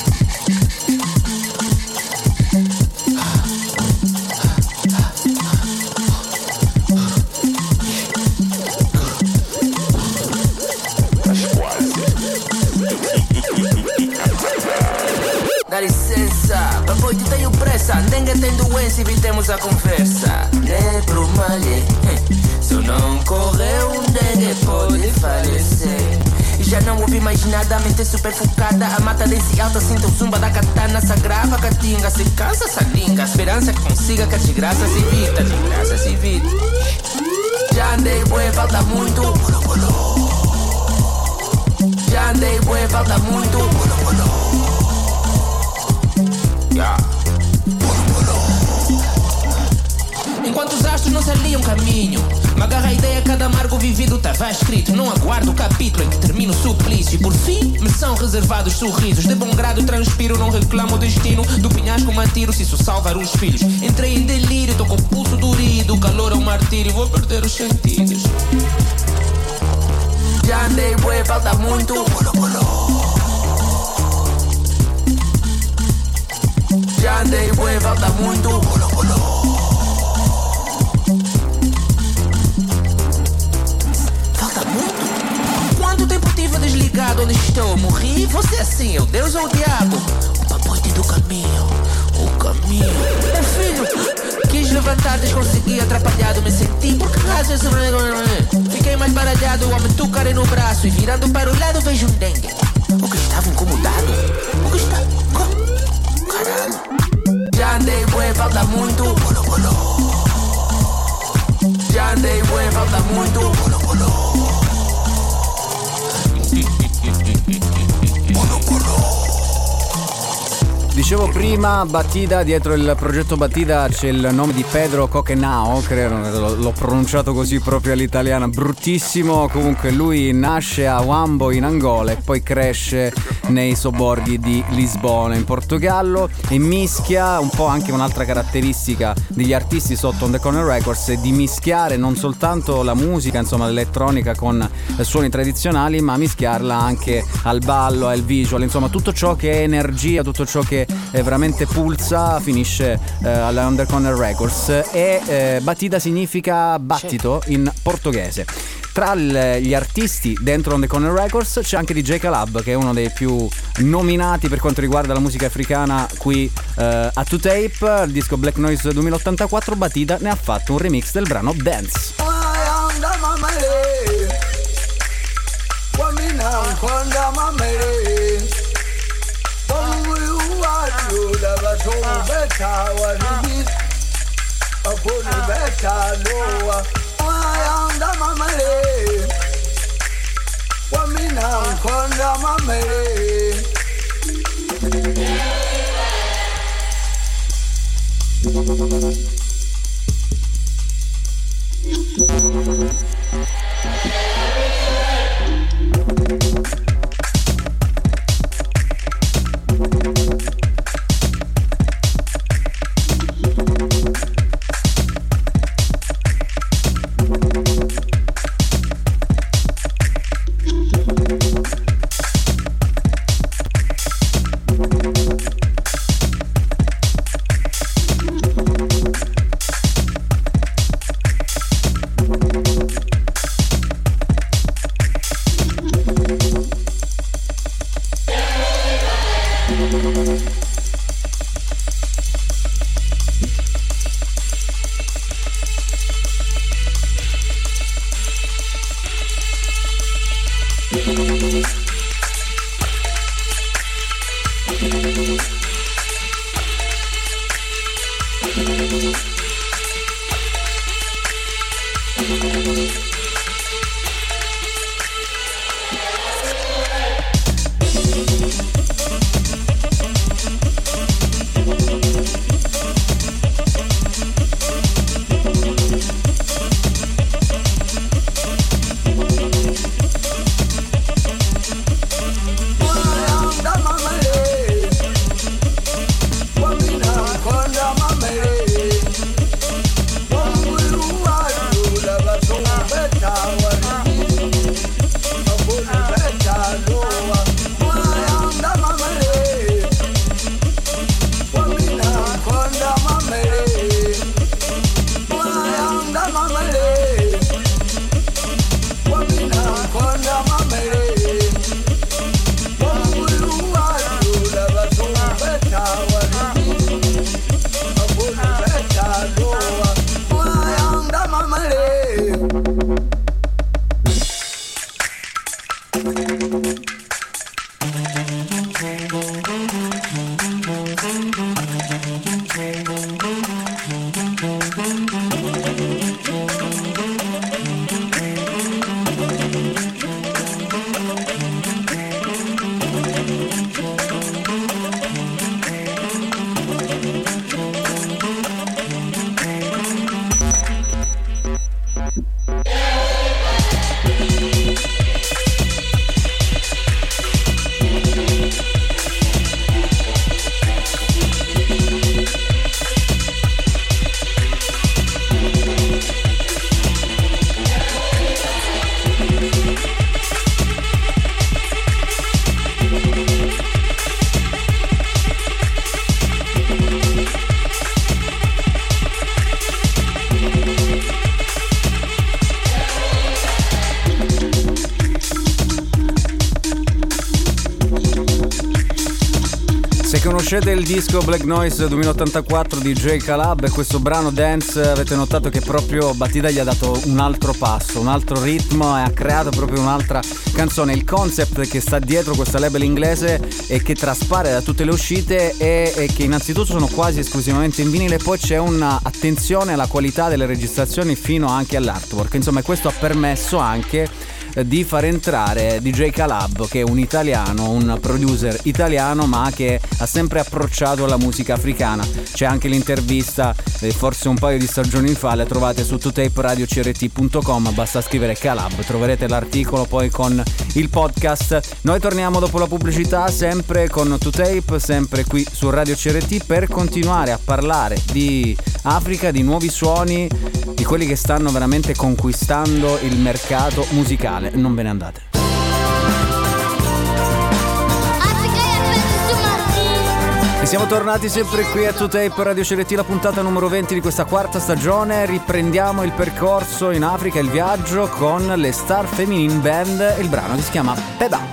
Dá licença, papai, tu tenho pressa. Dengue tem doença, evitemos a conversa. Negro malhe, se eu não correr, um dengue pode falecer. E já não ouvi mais nada, a mente super focada. A mata desse alta, sinto o zumba da katana. Se agrava a catinga, se cansa, se linga. A esperança que consiga que a desgraça se evita. Desgraça se evita. Já andei, bué, falta muito. Já andei, bué, falta muito. Yeah. Enquanto os astros não se aliam caminho, me agarra a ideia, cada amargo vivido estava escrito. Não aguardo o capítulo em que termina o suplício. E por fim, me são reservados sorrisos. De bom grado transpiro, não reclamo o destino. Do penhasco me atiro, se isso salvar os filhos. Entrei em delírio, tô com o pulso dorido. O calor é um martírio, vou perder os sentidos. Já andei, bué, falta muito. Já andei, bué, falta muito. Falta muito? Quanto tempo tive desligado? Onde estou? Morri? Você é assim, é o Deus ou o diabo? O papoite do caminho, o caminho. Meu filho, quis levantar, desconsegui, atrapalhado me senti. Por que razão esse negócio? Fiquei mais baralhado, o homem tucarei no braço. E virando para o lado vejo um dengue. O que estava incomodado? O que está... Caralho. Já andei, bué, falta muito. Já andei, bué, falta muito. dicevo prima, Batida, dietro il progetto Batida c'è il nome di Pedro Coquenao, credo, l'ho pronunciato così proprio all'italiana, bruttissimo. Comunque lui nasce a Huambo in Angola e poi cresce nei sobborghi di Lisbona in Portogallo e mischia un po' anche un'altra caratteristica degli artisti sotto On The Corner Records, è di mischiare non soltanto la musica, insomma l'elettronica con suoni tradizionali, ma mischiarla anche al ballo, al visual, insomma tutto ciò che è energia, tutto ciò che è veramente pulsa finisce eh, alla On The Corner Records. E eh, Batida significa battito in portoghese. Tra gli artisti dentro On The Corner Records c'è anche D J Calab, che è uno dei più nominati per quanto riguarda la musica africana qui eh, a two tape. Il disco Black Noise duemilaottantaquattro, Batida ne ha fatto un remix del brano Dance. Conoscete il disco Black Noise duemilaottantaquattro di J Calab e questo brano Dance, avete notato che proprio Batida gli ha dato un altro passo, un altro ritmo e ha creato proprio un'altra canzone. Il concept che sta dietro questa label inglese e che traspare da tutte le uscite è, è che innanzitutto sono quasi esclusivamente in vinile, poi c'è un'attenzione alla qualità delle registrazioni fino anche all'artwork, insomma questo ha permesso anche eh, di far entrare D J Calab, che è un italiano, un producer italiano, ma che ha sempre approcciato alla musica africana. C'è anche l'intervista, eh, forse un paio di stagioni fa, la trovate su two tape radio c r t punto com, basta scrivere Calab, troverete l'articolo poi con il podcast. Noi torniamo dopo la pubblicità, sempre con two tape, sempre qui su Radio C R T, per continuare a parlare di Africa, di nuovi suoni, di quelli che stanno veramente conquistando il mercato musicale. Non ve ne andate. E siamo tornati sempre qui a two tape Radio C R T, la puntata numero venti di questa quarta stagione. Riprendiamo il percorso in Africa, il viaggio con le Star Feminine Band, il brano che si chiama Peba.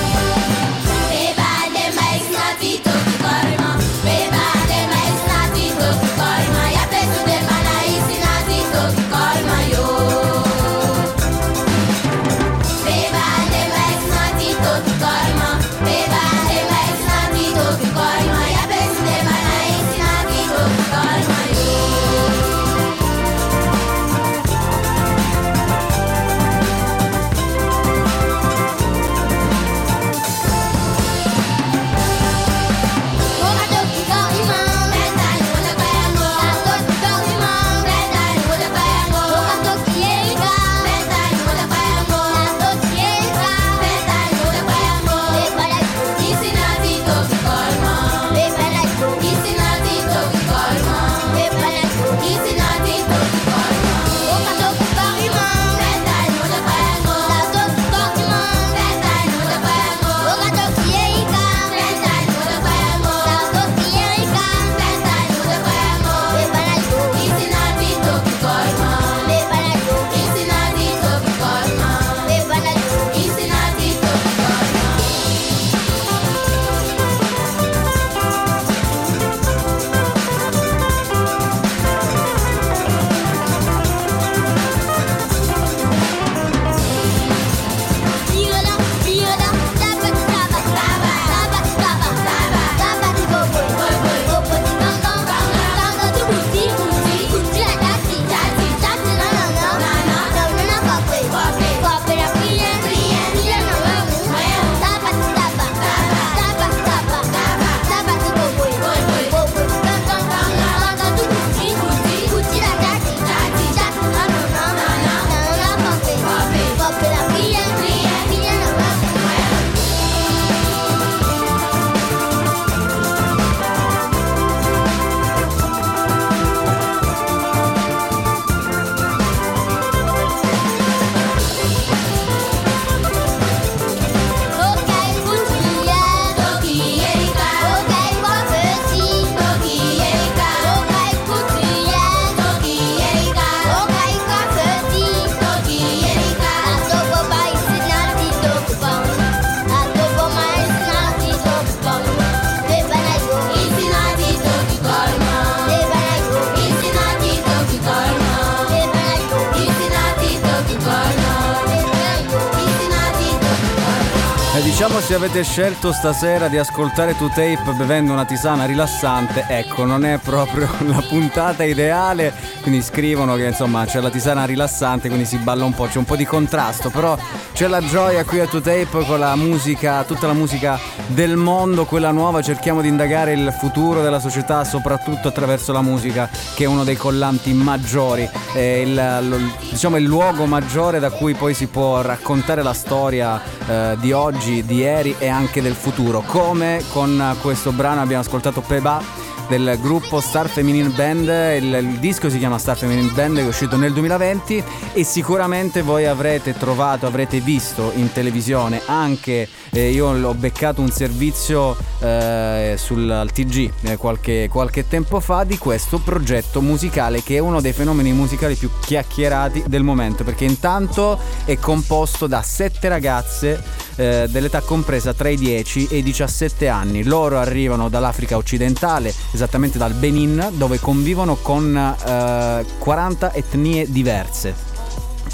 Diciamo, se avete scelto stasera di ascoltare two tape bevendo una tisana rilassante, ecco, non è proprio la puntata ideale. Quindi scrivono che insomma c'è la tisana rilassante, quindi si balla un po', c'è un po' di contrasto, però c'è la gioia qui a two tape con la musica, tutta la musica del mondo, quella nuova. Cerchiamo di indagare il futuro della società soprattutto attraverso la musica, che è uno dei collanti maggiori, è il, lo, diciamo il luogo maggiore da cui poi si può raccontare la storia eh, di oggi, di ieri e anche del futuro. Come con questo brano abbiamo ascoltato Peba del gruppo Star Feminine Band, il, il disco si chiama Star Feminine Band, che è uscito nel duemilaventi, e sicuramente voi avrete trovato, avrete visto in televisione anche, eh, io ho beccato un servizio eh, sul T G eh, qualche, qualche tempo fa di questo progetto musicale, che è uno dei fenomeni musicali più chiacchierati del momento, perché intanto è composto da sette ragazze eh, dell'età compresa tra i dieci e i diciassette anni. Loro arrivano dall'Africa occidentale, esattamente dal Benin, dove convivono con eh, quaranta etnie diverse.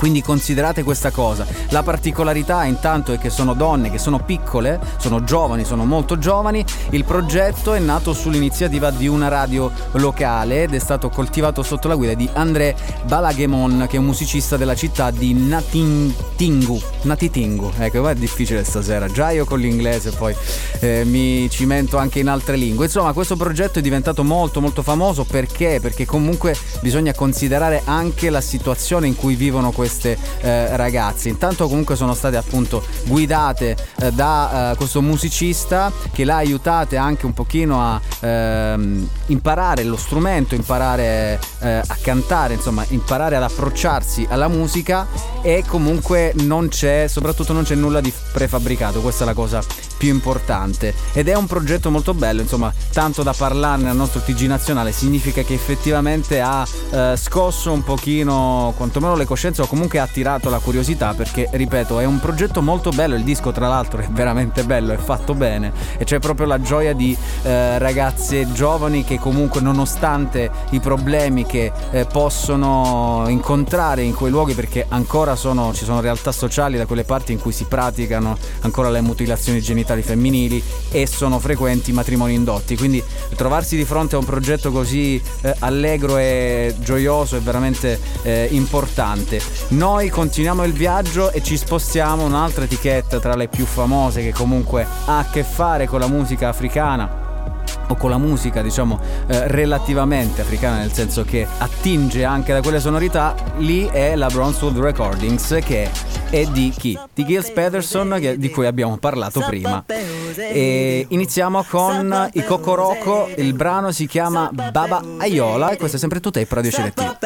Quindi considerate questa cosa. La particolarità intanto è che sono donne, che sono piccole, sono giovani, sono molto giovani. Il progetto è nato sull'iniziativa di una radio locale ed è stato coltivato sotto la guida di André Balaghemon, che è un musicista della città di Natitingu. Natitingu, ecco, è difficile stasera, già io con l'inglese poi eh, mi cimento anche in altre lingue. Insomma, questo progetto è diventato molto molto famoso perché? Perché comunque bisogna considerare anche la situazione in cui vivono queste queste eh, ragazze. Intanto comunque sono state appunto guidate eh, da eh, questo musicista che l'ha aiutate anche un pochino a ehm, imparare lo strumento, imparare eh, a cantare, insomma imparare ad approcciarsi alla musica, e comunque non c'è, soprattutto non c'è nulla di prefabbricato, questa è la cosa più importante, ed è un progetto molto bello, insomma tanto da parlarne al nostro T G nazionale significa che effettivamente ha eh, scosso un pochino quantomeno le coscienze, o comunque ha attirato la curiosità, perché ripeto è un progetto molto bello, il disco tra l'altro è veramente bello, è fatto bene e c'è proprio la gioia di eh, ragazze giovani che comunque nonostante i problemi che eh, possono incontrare in quei luoghi, perché ancora sono, ci sono realtà sociali da quelle parti in cui si praticano ancora le mutilazioni genitali femminili e sono frequenti i matrimoni indotti, quindi trovarsi di fronte a un progetto così eh, allegro e gioioso è veramente eh, importante. Noi continuiamo il viaggio e ci spostiamo un'altra etichetta tra le più famose che comunque ha a che fare con la musica africana, o con la musica diciamo eh, relativamente africana, nel senso che attinge anche da quelle sonorità. Lì è la Brownswood Recordings, che è di chi? Di Gilles Peterson, che, di cui abbiamo parlato prima. E iniziamo con i Kokoroko, il brano si chiama Baba Ayola e questo è sempre Today per Radio C R T.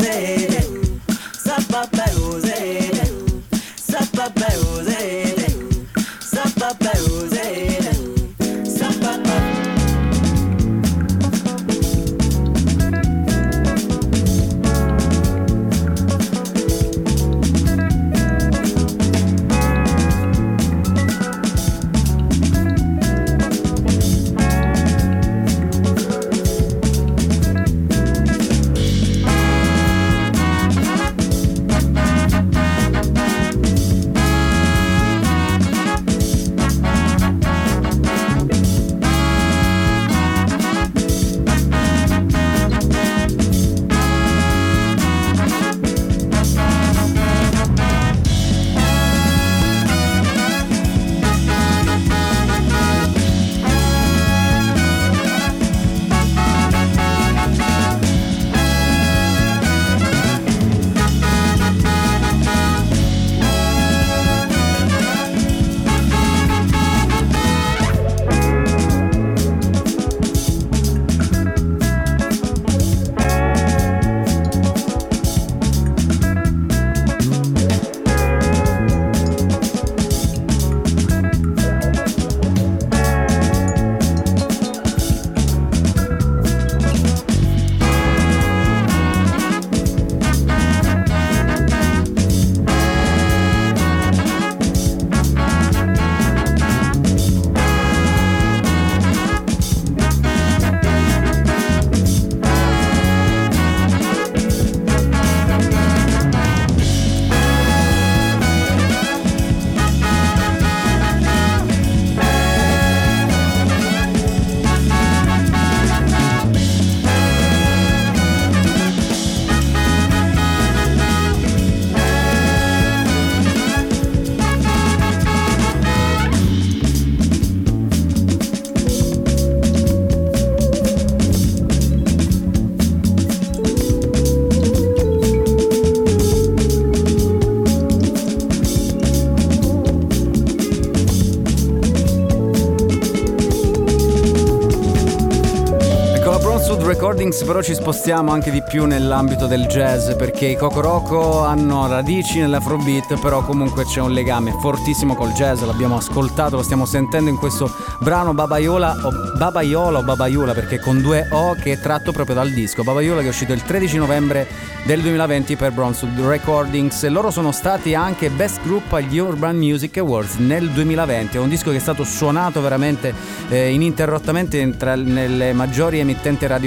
Però ci spostiamo anche di più nell'ambito del jazz, perché i Kokoroko hanno radici nell'afrobeat, però comunque c'è un legame fortissimo col jazz, l'abbiamo ascoltato, lo stiamo sentendo in questo brano Babayola o Babayola o Babayola, perché con due O, che è tratto proprio dal disco Babayola, che è uscito il tredici novembre del duemilaventi per Brownswood Recordings. Loro sono stati anche Best Group agli Urban Music Awards nel duemilaventi, è un disco che è stato suonato veramente eh, ininterrottamente tra, nelle maggiori emittenti radiofoniche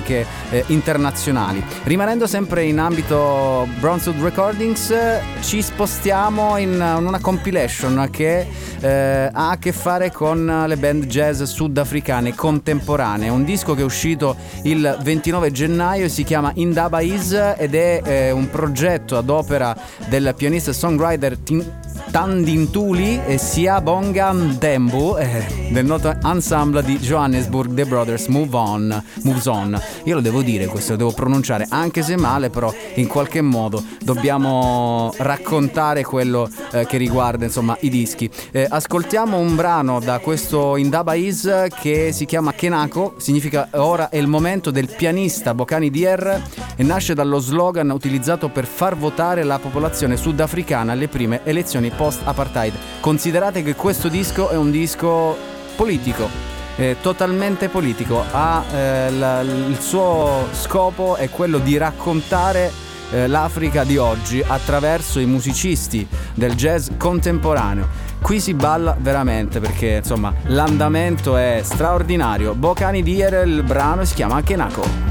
anche eh, internazionali. Rimanendo sempre in ambito Brownswood Recordings, eh, ci spostiamo in, in una compilation che eh, ha a che fare con le band jazz sudafricane contemporanee. Un disco che è uscito il ventinove gennaio, si chiama Indaba Is ed è eh, un progetto ad opera del pianista e songwriter Tin- Tandintuli e Siabonga Mdembu eh, del noto ensemble di Johannesburg, The Brothers Move On, Moves On. Io lo devo dire questo, lo devo pronunciare anche se male, però in qualche modo dobbiamo raccontare quello eh, che riguarda insomma i dischi. Eh, ascoltiamo un brano da questo Indaba Is che si chiama Kenako, significa ora è il momento del pianista Bokani Dier e nasce dallo slogan utilizzato per far votare la popolazione sudafricana alle prime elezioni post-apartheid. Considerate che questo disco è un disco politico, eh, totalmente politico. Ha, eh, la, il suo scopo è quello di raccontare eh, l'Africa di oggi attraverso i musicisti del jazz contemporaneo. Qui si balla veramente perché insomma l'andamento è straordinario. Bokani Dier, il brano si chiama Kenako.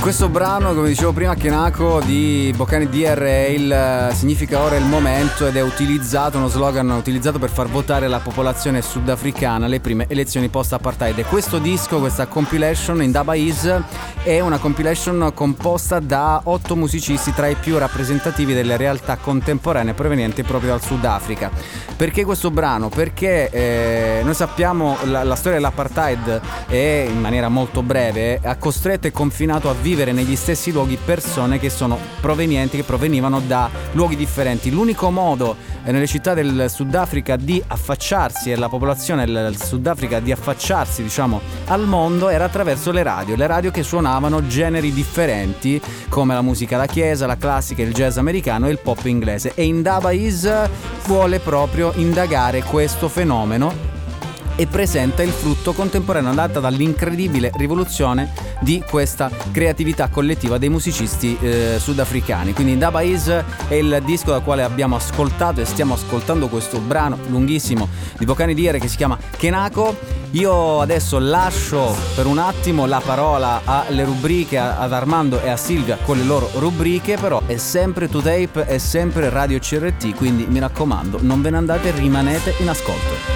Questo brano, come dicevo prima, Kenako di Bocani D R Ale, significa ora il momento, ed è utilizzato, uno slogan utilizzato per far votare la popolazione sudafricana alle prime elezioni post-apartheid. E questo disco, questa compilation in Daba Is, è una compilation composta da otto musicisti tra i più rappresentativi delle realtà contemporanee provenienti proprio dal Sudafrica. Perché questo brano? Perché eh, noi sappiamo la, la storia dell'apartheid è, in maniera molto breve, ha costretto e confinato a vivere negli stessi luoghi persone che sono provenienti, che provenivano da luoghi differenti. L'unico modo eh, nelle città del Sudafrica di affacciarsi, e la popolazione del Sudafrica di affacciarsi, diciamo, al mondo era attraverso le radio, le radio che suonavano generi differenti come la musica da chiesa, la classica, il jazz americano e il pop inglese. E in Daba Is vuole proprio indagare questo fenomeno e presenta il frutto contemporaneo data dall'incredibile rivoluzione di questa creatività collettiva dei musicisti eh, sudafricani. Quindi Daba Is è il disco dal quale abbiamo ascoltato e stiamo ascoltando questo brano lunghissimo di Bocani D R che si chiama Kenako. Io adesso lascio per un attimo la parola alle rubriche, ad Armando e a Silvia con le loro rubriche, però è sempre To Tape, è sempre Radio C R T, quindi mi raccomando, non ve ne andate, rimanete in ascolto.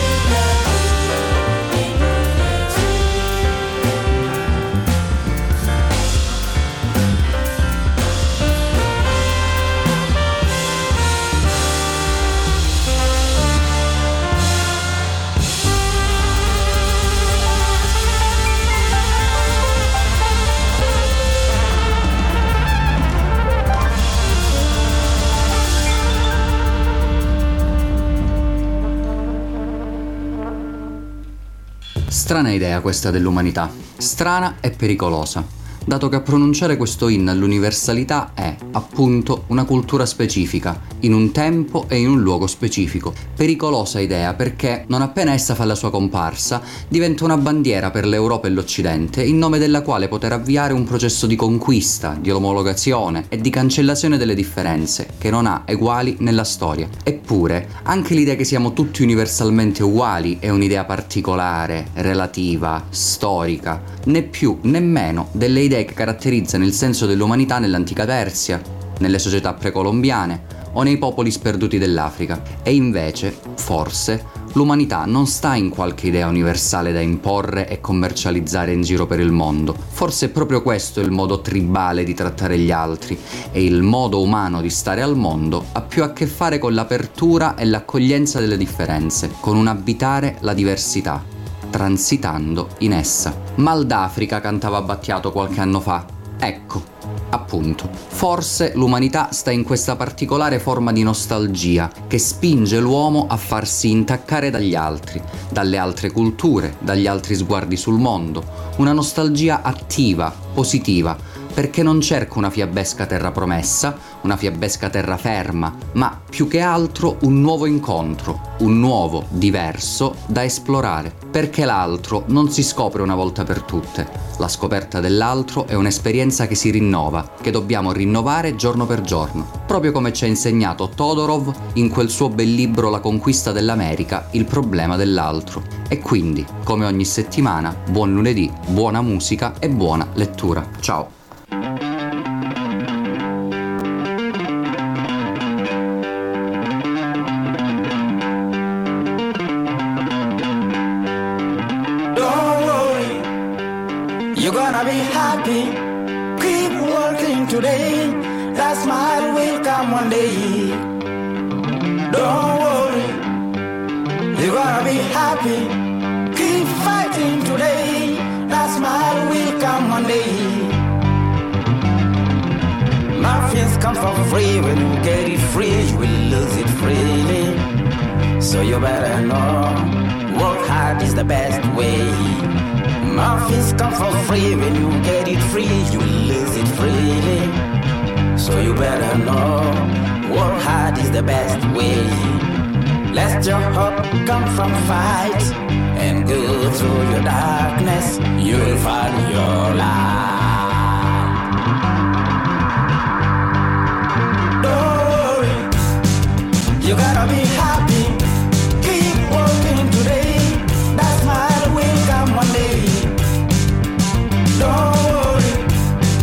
Strana idea questa dell'umanità, strana e pericolosa, dato che a pronunciare questo inno all'universalità è, appunto, una cultura specifica, in un tempo e in un luogo specifico. Pericolosa idea perché, non appena essa fa la sua comparsa, diventa una bandiera per l'Europa e l'Occidente, in nome della quale poter avviare un processo di conquista, di omologazione e di cancellazione delle differenze, che non ha eguali nella storia. Eppure, anche l'idea che siamo tutti universalmente uguali è un'idea particolare, relativa, storica, né più né meno delle idee che caratterizzano il senso dell'umanità nell'antica Persia, nelle società precolombiane o nei popoli sperduti dell'Africa. E invece, forse, l'umanità non sta in qualche idea universale da imporre e commercializzare in giro per il mondo. Forse è proprio questo il modo tribale di trattare gli altri, e il modo umano di stare al mondo ha più a che fare con l'apertura e l'accoglienza delle differenze, con un abitare la diversità, transitando in essa. Mal d'Africa, cantava Battiato qualche anno fa. Ecco, appunto, forse l'umanità sta in questa particolare forma di nostalgia che spinge l'uomo a farsi intaccare dagli altri, dalle altre culture, dagli altri sguardi sul mondo. Una nostalgia attiva, positiva, perché non cerca una fiabesca terra promessa, una fiabesca terraferma, ma più che altro un nuovo incontro, un nuovo, diverso da esplorare, perché l'altro non si scopre una volta per tutte. La scoperta dell'altro è un'esperienza che si rinnova, che dobbiamo rinnovare giorno per giorno, proprio come ci ha insegnato Todorov in quel suo bel libro La conquista dell'America, il problema dell'altro. E quindi, come ogni settimana, buon lunedì, buona musica e buona lettura. Ciao! You're gonna be happy. Keep working today. That smile will come one day. Don't worry. You're gonna be happy. Keep fighting today. That smile will come one day. Muffins come for free. When you get it free, you will lose it freely. So you better know, work hard is the best way. Muffins come for free. When you get it free, you lose it freely. So you better know, work hard is the best way. Let your hope come from fight, and go through your darkness, you will find your light. Don't worry, you gotta be happy. Keep working today. That smile will come one day. Don't worry,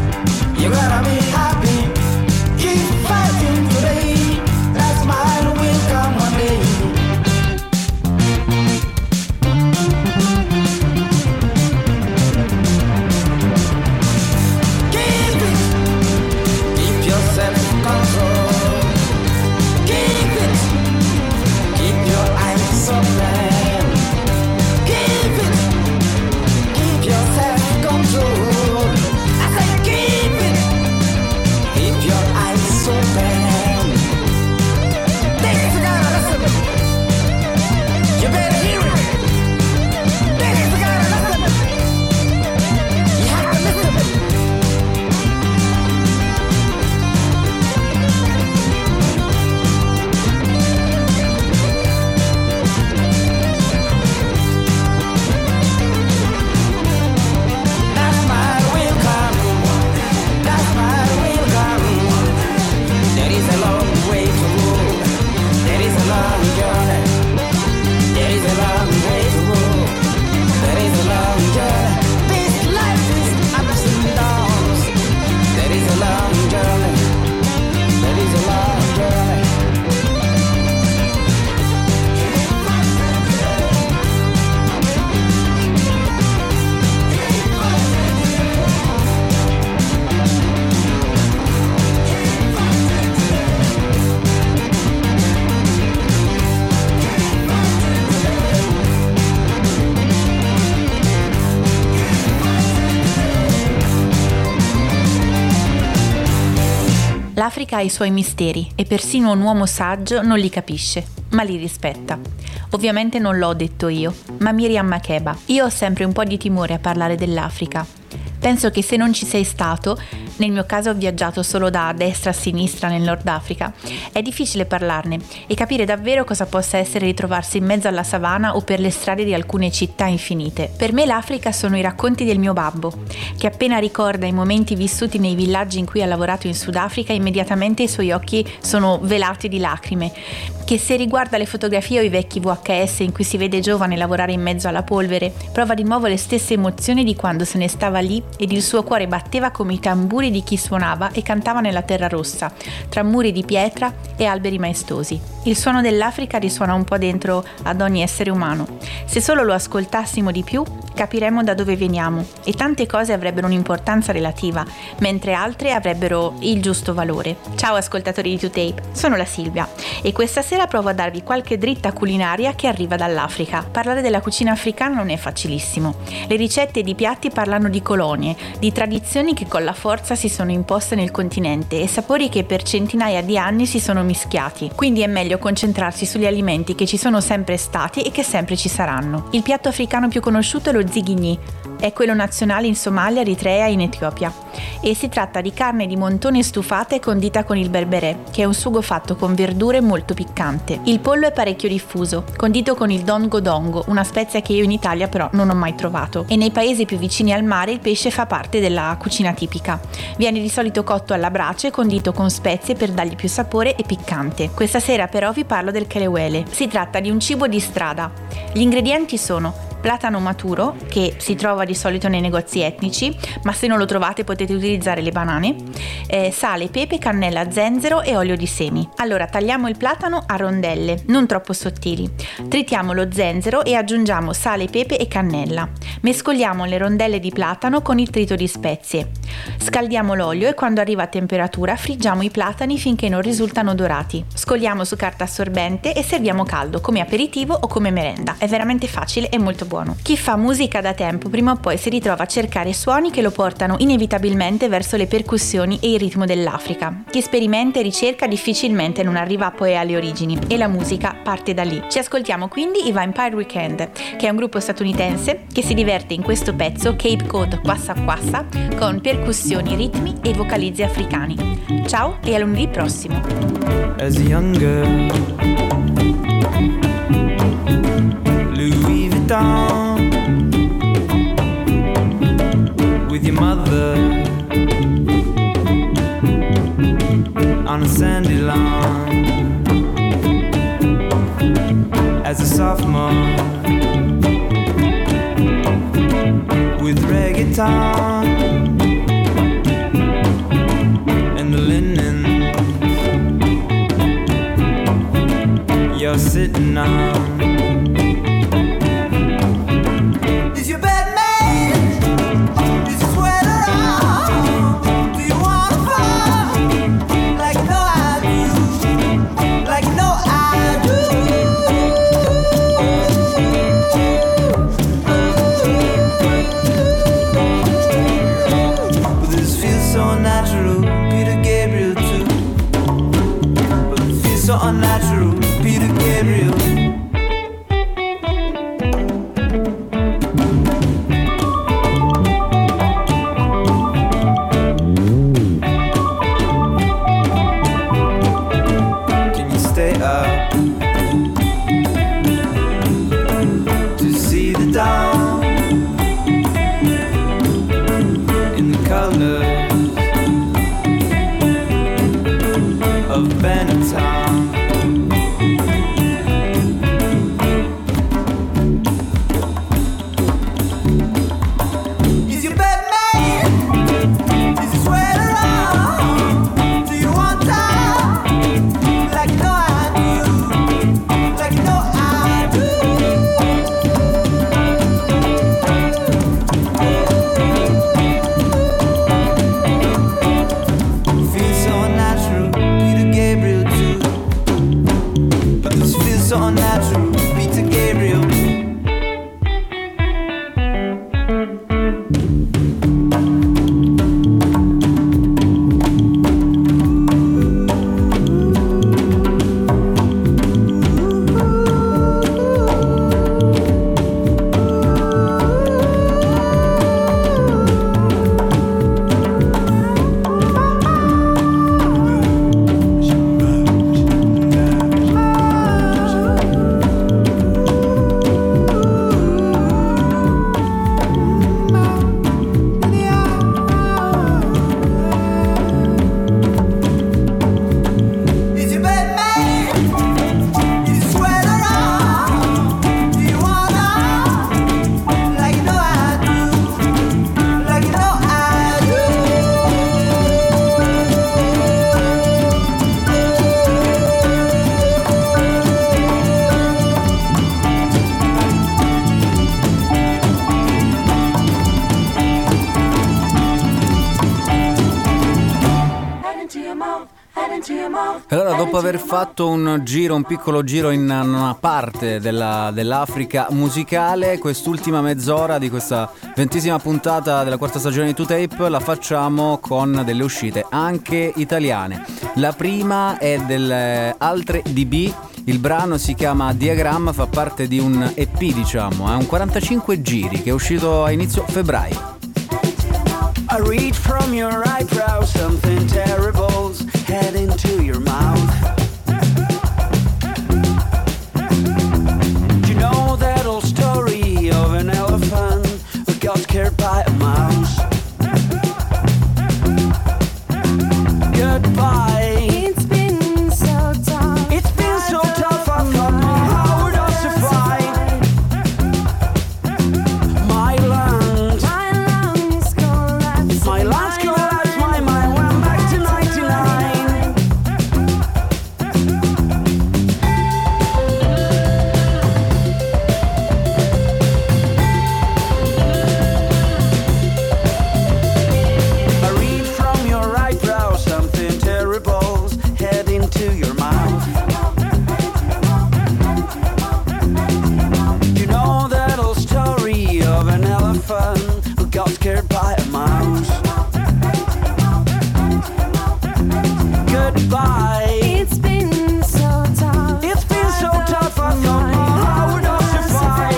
L'Africa ha i suoi misteri e persino un uomo saggio non li capisce, ma li rispetta. Ovviamente non l'ho detto io, ma Miriam Makeba. Io ho sempre un po' di timore a parlare dell'Africa. Penso che se non ci sei stato, nel mio caso ho viaggiato solo da destra a sinistra nel Nord Africa, è difficile parlarne e capire davvero cosa possa essere ritrovarsi in mezzo alla savana o per le strade di alcune città infinite. Per me l'Africa sono i racconti del mio babbo, che appena ricorda i momenti vissuti nei villaggi in cui ha lavorato in Sudafrica, immediatamente i suoi occhi sono velati di lacrime, che se riguarda le fotografie o i vecchi V H S in cui si vede giovane lavorare in mezzo alla polvere, prova di nuovo le stesse emozioni di quando se ne stava lì ed il suo cuore batteva come i tamburi di chi suonava e cantava nella terra rossa, tra muri di pietra e alberi maestosi. Il suono dell'Africa risuona un po' dentro ad ogni essere umano. Se solo lo ascoltassimo di più, capiremmo da dove veniamo e tante cose avrebbero un'importanza relativa, mentre altre avrebbero il giusto valore. Ciao ascoltatori di two tape, sono la Silvia e questa sera provo a darvi qualche dritta culinaria che arriva dall'Africa. Parlare della cucina africana non è facilissimo. Le ricette di piatti parlano di colonie, di tradizioni che con la forza si sono imposte nel continente e sapori che per centinaia di anni si sono mischiati. Quindi è meglio concentrarsi sugli alimenti che ci sono sempre stati e che sempre ci saranno. Il piatto africano più conosciuto è lo zigigni. È quello nazionale in Somalia, Eritrea e in Etiopia e si tratta di carne di montone stufata e condita con il berberè, che è un sugo fatto con verdure molto piccante. Il pollo è parecchio diffuso, condito con il dongo dongo, una spezia che io in Italia però non ho mai trovato, e nei paesi più vicini al mare il pesce fa parte della cucina tipica. Viene di solito cotto alla brace, condito con spezie per dargli più sapore e piccante. Questa sera però vi parlo del kelewele. Si tratta di un cibo di strada. Gli ingredienti sono platano maturo, che si trova di solito nei negozi etnici, ma se non lo trovate potete utilizzare le banane, eh, sale, pepe, cannella, zenzero e olio di semi. Allora tagliamo il platano a rondelle, non troppo sottili, tritiamo lo zenzero e aggiungiamo sale, pepe e cannella. Mescoliamo le rondelle di platano con il trito di spezie. Scaldiamo l'olio e quando arriva a temperatura friggiamo i platani finché non risultano dorati. Scogliamo su carta assorbente e serviamo caldo come aperitivo o come merenda. È veramente facile e molto buono. Chi fa musica da tempo prima o poi si ritrova a cercare suoni che lo portano inevitabilmente verso le percussioni e il ritmo dell'Africa. Chi sperimenta e ricerca difficilmente non arriva poi alle origini e la musica parte da lì. Ci ascoltiamo quindi i Vampire Weekend, che è un gruppo statunitense che si diverte in questo pezzo Cape Cod Kwassa Kwassa con percussioni, ritmi e vocalizzi africani. Ciao e a lunedì prossimo. As a young girl, Louis Vuitton, with your mother on a sandy lawn. As a sophomore, with reggaeton and the linen you're sitting on. So unnatural, Peter Gabriel. Allora, dopo aver fatto un giro, un piccolo giro in una parte della, dell'Africa musicale, quest'ultima mezz'ora di questa ventesima puntata della quarta stagione di two tape la facciamo con delle uscite anche italiane. La prima è delle Altre D B. Il brano si chiama Diagram, fa parte di un E P, diciamo, è un quarantacinque giri che è uscito a inizio febbraio. I read from your eyebrow, something terrible's heading to your mouth. You know that old story of an elephant who got scared by a mouse? Goodbye. It's been so tough. It's been so tough, I thought my heart would ossify. My lungs, My lungs collapse. my lungs collapsed, my mind went back to ninety-nine. I read from your eyebrow, something terrible's heading to your mouth. You know that old story of an elephant who got scared by a mouse? Goodbye. It's been so tough. It's been so tough, I thought my heart would ossify.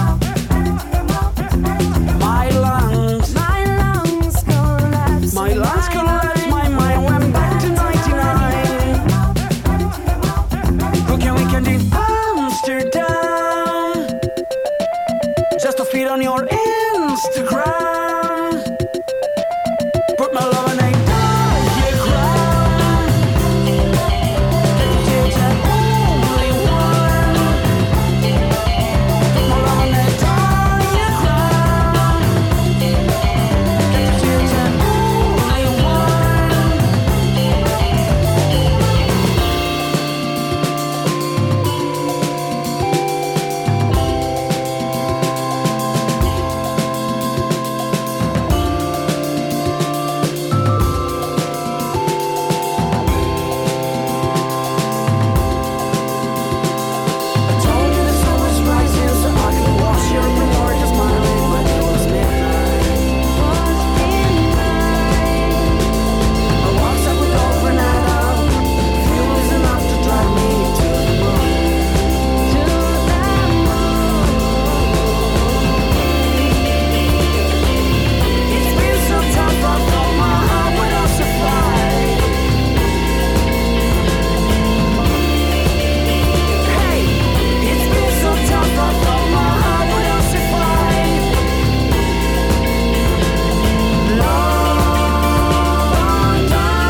My lungs, My lungs collapse. my lungs collapsed, my mind went back to ninety-nine. Booking weekend in Amsterdam, just to feed on your Instagram. Put my love in a diagram. It's the only one. Put my love in a diagram. It's the only one. I told you the sun was rising so I could watch your memorial smiling, but it was midnight. I walked up with Granada. Fuel is enough to drive me to the moon. It's been so tough, I thought my heart would ossify. Hey, it's been so tough, I thought my heart would ossify. Long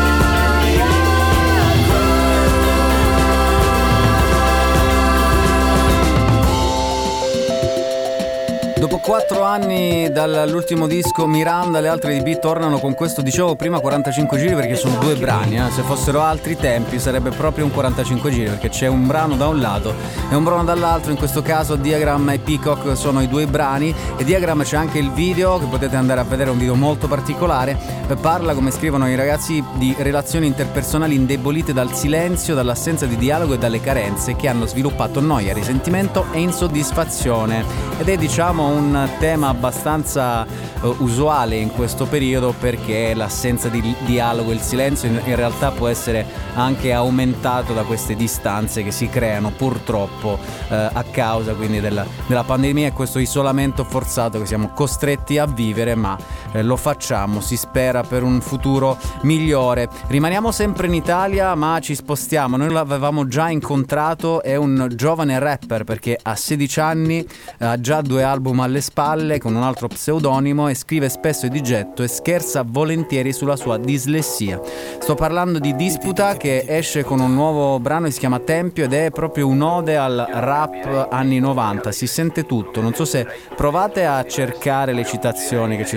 Dopo quattro anni dall'ultimo disco Miranda, le altre D B tornano con questo, dicevo prima, quarantacinque giri perché sono due brani, eh. Se fossero altri tempi sarebbe proprio un quarantacinque giri perché c'è un brano da un lato e un brano dall'altro. In questo caso Diagram e Peacock sono i due brani, e Diagram c'è anche il video che potete andare a vedere, un video molto particolare. Parla, come scrivono i ragazzi, di relazioni interpersonali indebolite dal silenzio, dall'assenza di dialogo e dalle carenze che hanno sviluppato noia, risentimento e insoddisfazione, ed è, diciamo, un tema abbastanza uh, usuale in questo periodo, perché l'assenza di dialogo, il silenzio in, in realtà può essere anche aumentato da queste distanze che si creano purtroppo uh, a causa quindi della, della pandemia e questo isolamento forzato che siamo costretti a vivere, ma eh, lo facciamo, si spera, per un futuro migliore. Rimaniamo sempre in Italia, ma ci spostiamo. Noi l'avevamo già incontrato, è un giovane rapper perché ha sedici anni, ha già due album alle spalle con un altro pseudonimo e scrive spesso e di getto e scherza volentieri sulla sua dislessia. Sto parlando di Disputa, che esce con un nuovo brano che si chiama Tempio ed è proprio un'ode al rap anni novanta, si sente tutto. Non so se provate a cercare le citazioni che ci sono in questo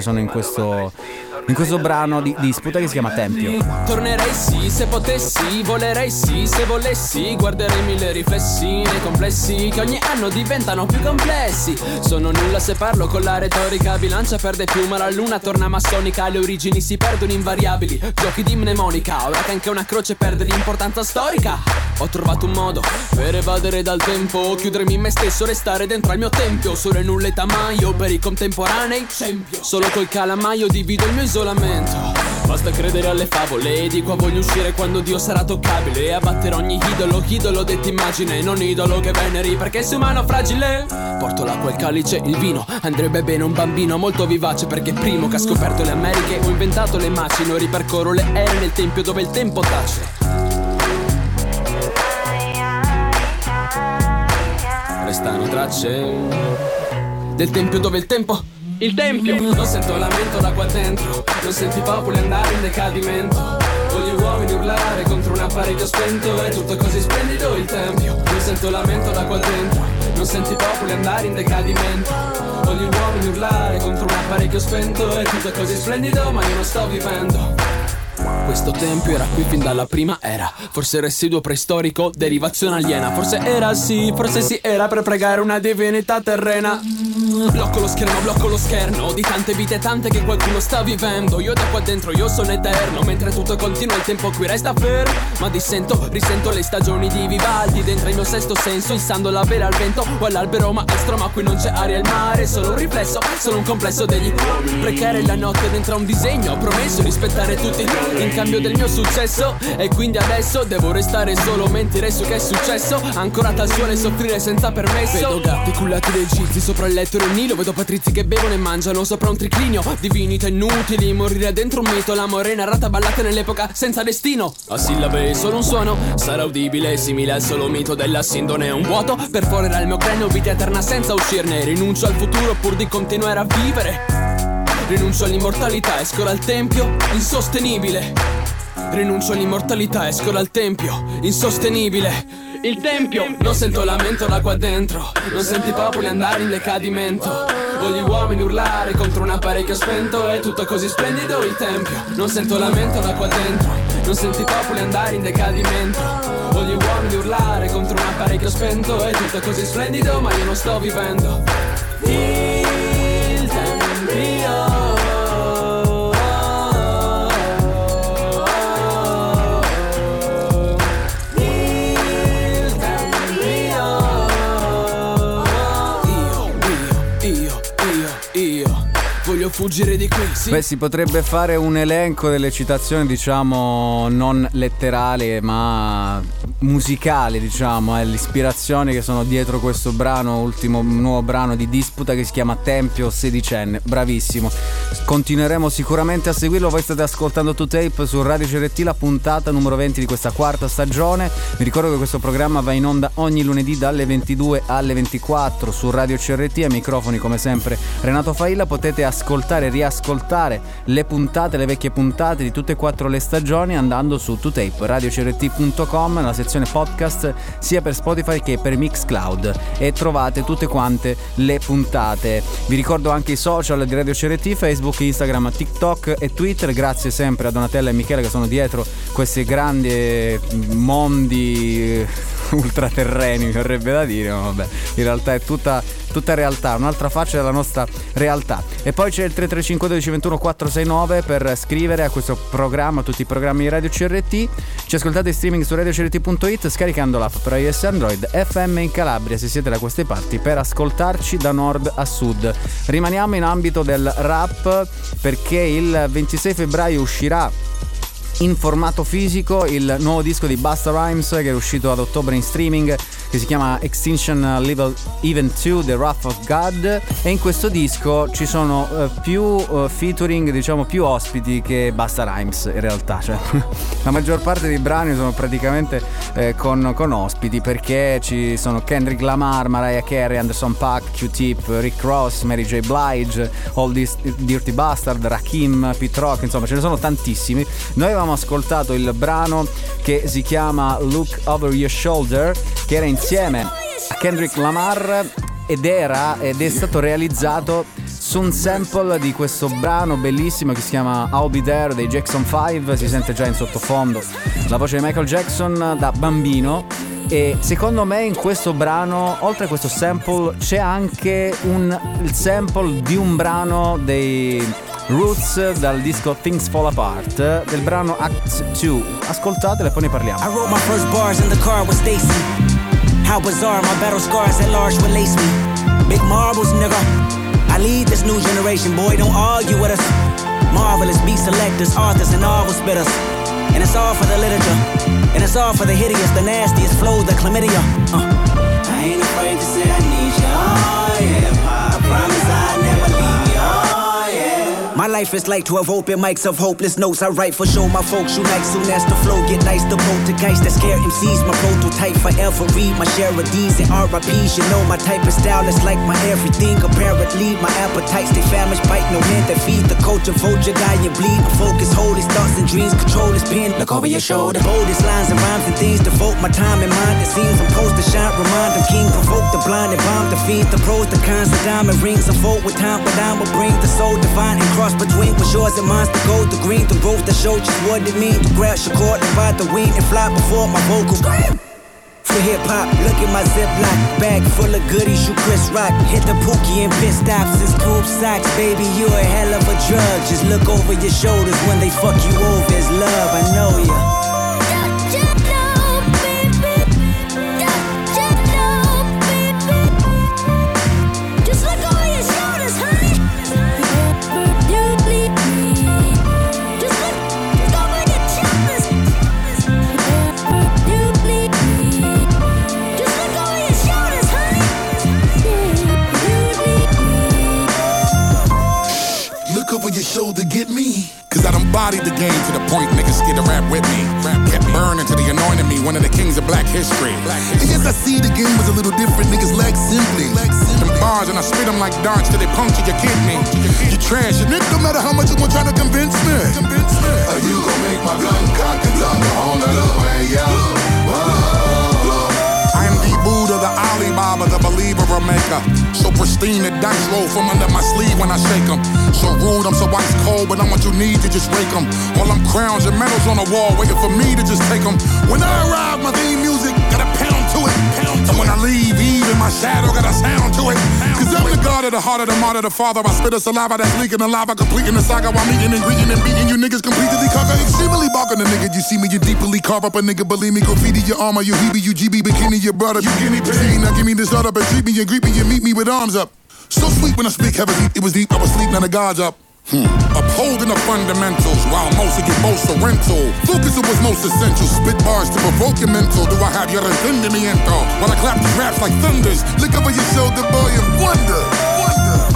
questo, in questo brano di Disputa che si chiama Tempio. Tornerei sì, se potessi, volerei sì, se volessi, guarderei mille riflessi nei complessi che ogni anno diventano più complessi. Sono nulla se parlo con la retorica, bilancia perde più ma la luna torna massonica, le origini si perdono invariabili, giochi di mnemonica, ora che anche una croce perde l'importanza storica. Ho trovato un modo per evadere dal tempo, chiudermi in me stesso, restare dentro al mio tempio, solo e nulla tamaio per i contemporanei, solo col calamaio divido il mio isolamento. Basta credere alle favole, di qua voglio uscire quando Dio sarà toccabile e abbattere ogni idolo, idolo detta immagine, non idolo che veneri perché sei umano fragile. Porto l'acqua, il calice, il vino, andrebbe bene un bambino molto vivace perché primo che ha scoperto le Americhe ho inventato le macine, ripercorro le ere nel tempio dove il tempo tace. Restano tracce del tempio dove il tempo, il tempio. Non sento lamento da qua dentro, non senti i popoli andare in decadimento, o gli uomini urlare contro un apparecchio spento, è tutto così splendido il tempio. Non sento lamento da qua dentro, non senti i popoli andare in decadimento, o gli uomini urlare contro un apparecchio spento, è tutto così splendido ma io non sto vivendo. Questo tempio era qui fin dalla prima era, forse residuo preistorico, derivazione aliena, forse era sì, forse sì era per pregare una divinità terrena. Blocco lo schermo, blocco lo scherno di tante vite tante che qualcuno sta vivendo. Io da qua dentro io sono eterno, mentre tutto continua il tempo qui resta fermo. Ma dissento, risento le stagioni di Vivaldi dentro il mio sesto senso, issando la vela al vento o all'albero maestro. Ma qui non c'è aria e il mare, solo un riflesso, solo un complesso degli precare la notte dentro a un disegno. Ho promesso rispettare tutti in cambio del mio successo, e quindi adesso devo restare solo, mentire su che è successo, ancorata al sole e soffrire senza permesso. Vedo gatti cullati dei egizi sopra il letto del Nilo, vedo patrizi che bevono e mangiano sopra un triclinio, divinità inutili, morire dentro un mito, l'amore narrata ballate nell'epoca senza destino. A sillabe solo un suono, sarà udibile, simile al solo mito della sindone, un vuoto perforerà il mio cranio, vita eterna senza uscirne, rinuncio al futuro pur di continuare a vivere. Rinuncio all'immortalità, esco dal tempio, insostenibile. Rinuncio all'immortalità, esco dal tempio, insostenibile. Il tempio, non sento lamento da qua dentro, non senti i popoli andare in decadimento, o gli uomini urlare contro un apparecchio spento, è tutto così splendido il tempio. Non sento lamento da qua dentro, non senti i popoli andare in decadimento, o gli uomini urlare contro un apparecchio spento, è tutto così splendido ma io non sto vivendo. Il tempio. Voglio fuggire di qui, sì. Beh, si potrebbe fare un elenco delle citazioni, diciamo, non letterali ma musicali, diciamo, eh, l'ispirazione che sono dietro questo brano, ultimo nuovo brano di Disputa che si chiama Tempio sedicenne. Bravissimo. Continueremo sicuramente a seguirlo. Voi state ascoltando To Tape su Radio C R T, la puntata numero venti di questa quarta stagione. Vi ricordo che questo programma va in onda ogni lunedì dalle ventidue alle ventiquattro su Radio C R T, ai microfoni come sempre Renato Failla. Potete ascoltare e riascoltare le puntate, le vecchie puntate di tutte e quattro le stagioni andando su to tape radio c r t punto com, nella sezione podcast sia per Spotify che per Mixcloud, e trovate tutte quante le puntate. Vi ricordo anche i social di Radio C R T, Facebook, Instagram, TikTok e Twitter. Grazie sempre a Donatella e Michele che sono dietro questi grandi mondi ultraterreni, mi verrebbe da dire, ma vabbè, in realtà è tutta, tutta realtà, un'altra faccia della nostra realtà. E poi c'è il tre tre cinque uno due due uno quattro sei nove per scrivere a questo programma, a tutti i programmi di Radio C R T. Ci ascoltate in streaming su radio c r t punto it, scaricando l'app per iOS e Android, F M in Calabria se siete da queste parti, per ascoltarci da nord a sud. Rimaniamo in ambito del rap perché il ventisei febbraio uscirà in formato fisico il nuovo disco di Busta Rhymes, che è uscito ad ottobre in streaming, che si chiama Extinction Level Event due The Wrath of God, e in questo disco ci sono uh, più uh, featuring, diciamo più ospiti che Busta Rhymes in realtà, cioè la maggior parte dei brani sono praticamente eh, con, con ospiti, perché ci sono Kendrick Lamar, Mariah Carey, Anderson .Paak, Q-Tip, Rick Ross, Mary J. Blige, All This Dirty Bastard, Rakim, Pete Rock, insomma ce ne sono tantissimi. Noi avevamo ascoltato il brano che si chiama Look Over Your Shoulder, che era insieme a Kendrick Lamar ed era ed è stato realizzato su un sample di questo brano bellissimo che si chiama I'll Be There dei Jackson five. Si sente già in sottofondo la voce di Michael Jackson da bambino, e secondo me in questo brano, oltre a questo sample, c'è anche un, il sample di un brano dei Roots dal disco Things Fall Apart, del brano Act two. Ascoltatelo e poi ne parliamo. I wrote my first bars in the car with Stacy. How bizarre, my battle scars at large will lace me. Big marbles, nigga. I lead this new generation, boy, don't argue with us. Marvelous beat selectors, authors, and novel spitters. And it's all for the literature. And it's all for the hideous, the nastiest flow, the chlamydia. Uh. I ain't afraid to say I need you, oh yeah. I promise I'll never leave you, oh yeah. My life is like twelve open mics of hopeless notes I write for show. My folks unite soon as the flow get nice. The poltergeist that scare M Cs, my prototype forever read my share of D's and R I P's. You know my type of style is like my everything. Apparently my appetites stay famished, bite no hand that feed the culture. Vulture die and bleed. Focus, hold his thoughts and dreams, control his pen. Look over your shoulder. Boldest lines and rhymes and things. Devote my time and mind. It seems I'm supposed to shine. Remind them king. Provoke the blind and bomb the fiends. The pros, the cons, the diamond rings. A vote with time, but I will bring the soul divine and cross between what's yours and mine's. The gold, the green, the rose that showed just what it means. To grab your cord, divide the wing and fly before my vocals. Scream! For hip-hop, look at my Ziploc bag full of goodies, you Chris Rock. Hit the Pookie and pit stops, it's tube socks. Baby, you a hell of a drug. Just look over your shoulders when they fuck you over. It's love, I know ya. Shoulder get me, cause I done bodied the game to the point niggas scared to rap with me. Kept burning till they anointed me one of the kings of black history. And yes, I see the game was a little different, niggas lack simply. Them bars and I spit them like darts till they puncture your kidney. You trash, and nigga, no matter how much you want trying to convince me. Are you gon' make my blunt cock and tongue go on the little way, yeah? I am the Buddha, the Alibaba, the believer, a maker. So pristine, the dice roll from under my sleeve when I shake them. So rude, I'm so ice cold, but I'm what you need to just rake them. All them crowns and medals on the wall, waiting for me to just take them. When I arrive, my theme music got a pound to it. And when I leave, even my shadow got a sound to it. Cause I'm the god of the heart of the martyr, the father. I spit a saliva that's leaking the lava, completing the saga while meeting and greeting and beating you niggas completely conquer. Extremely barking the nigga, you see me, you deeply carve up a nigga. Believe me, graffiti your armor, you Hebe, you G B, bikini, your brother. You guinea pig, now give me this start up and treat me and greet me and meet me with arms up. So sweet when I speak heavily, it was deep, I was sleep, now the God's up. Hmm. Upholding the fundamentals while most of you most are rental. Focus on what's most essential. Spit bars to provoke your mental. Do I have your entendimiento? While I clap these raps like thunders. Look over your shoulder, boy, and wonder. Wonder.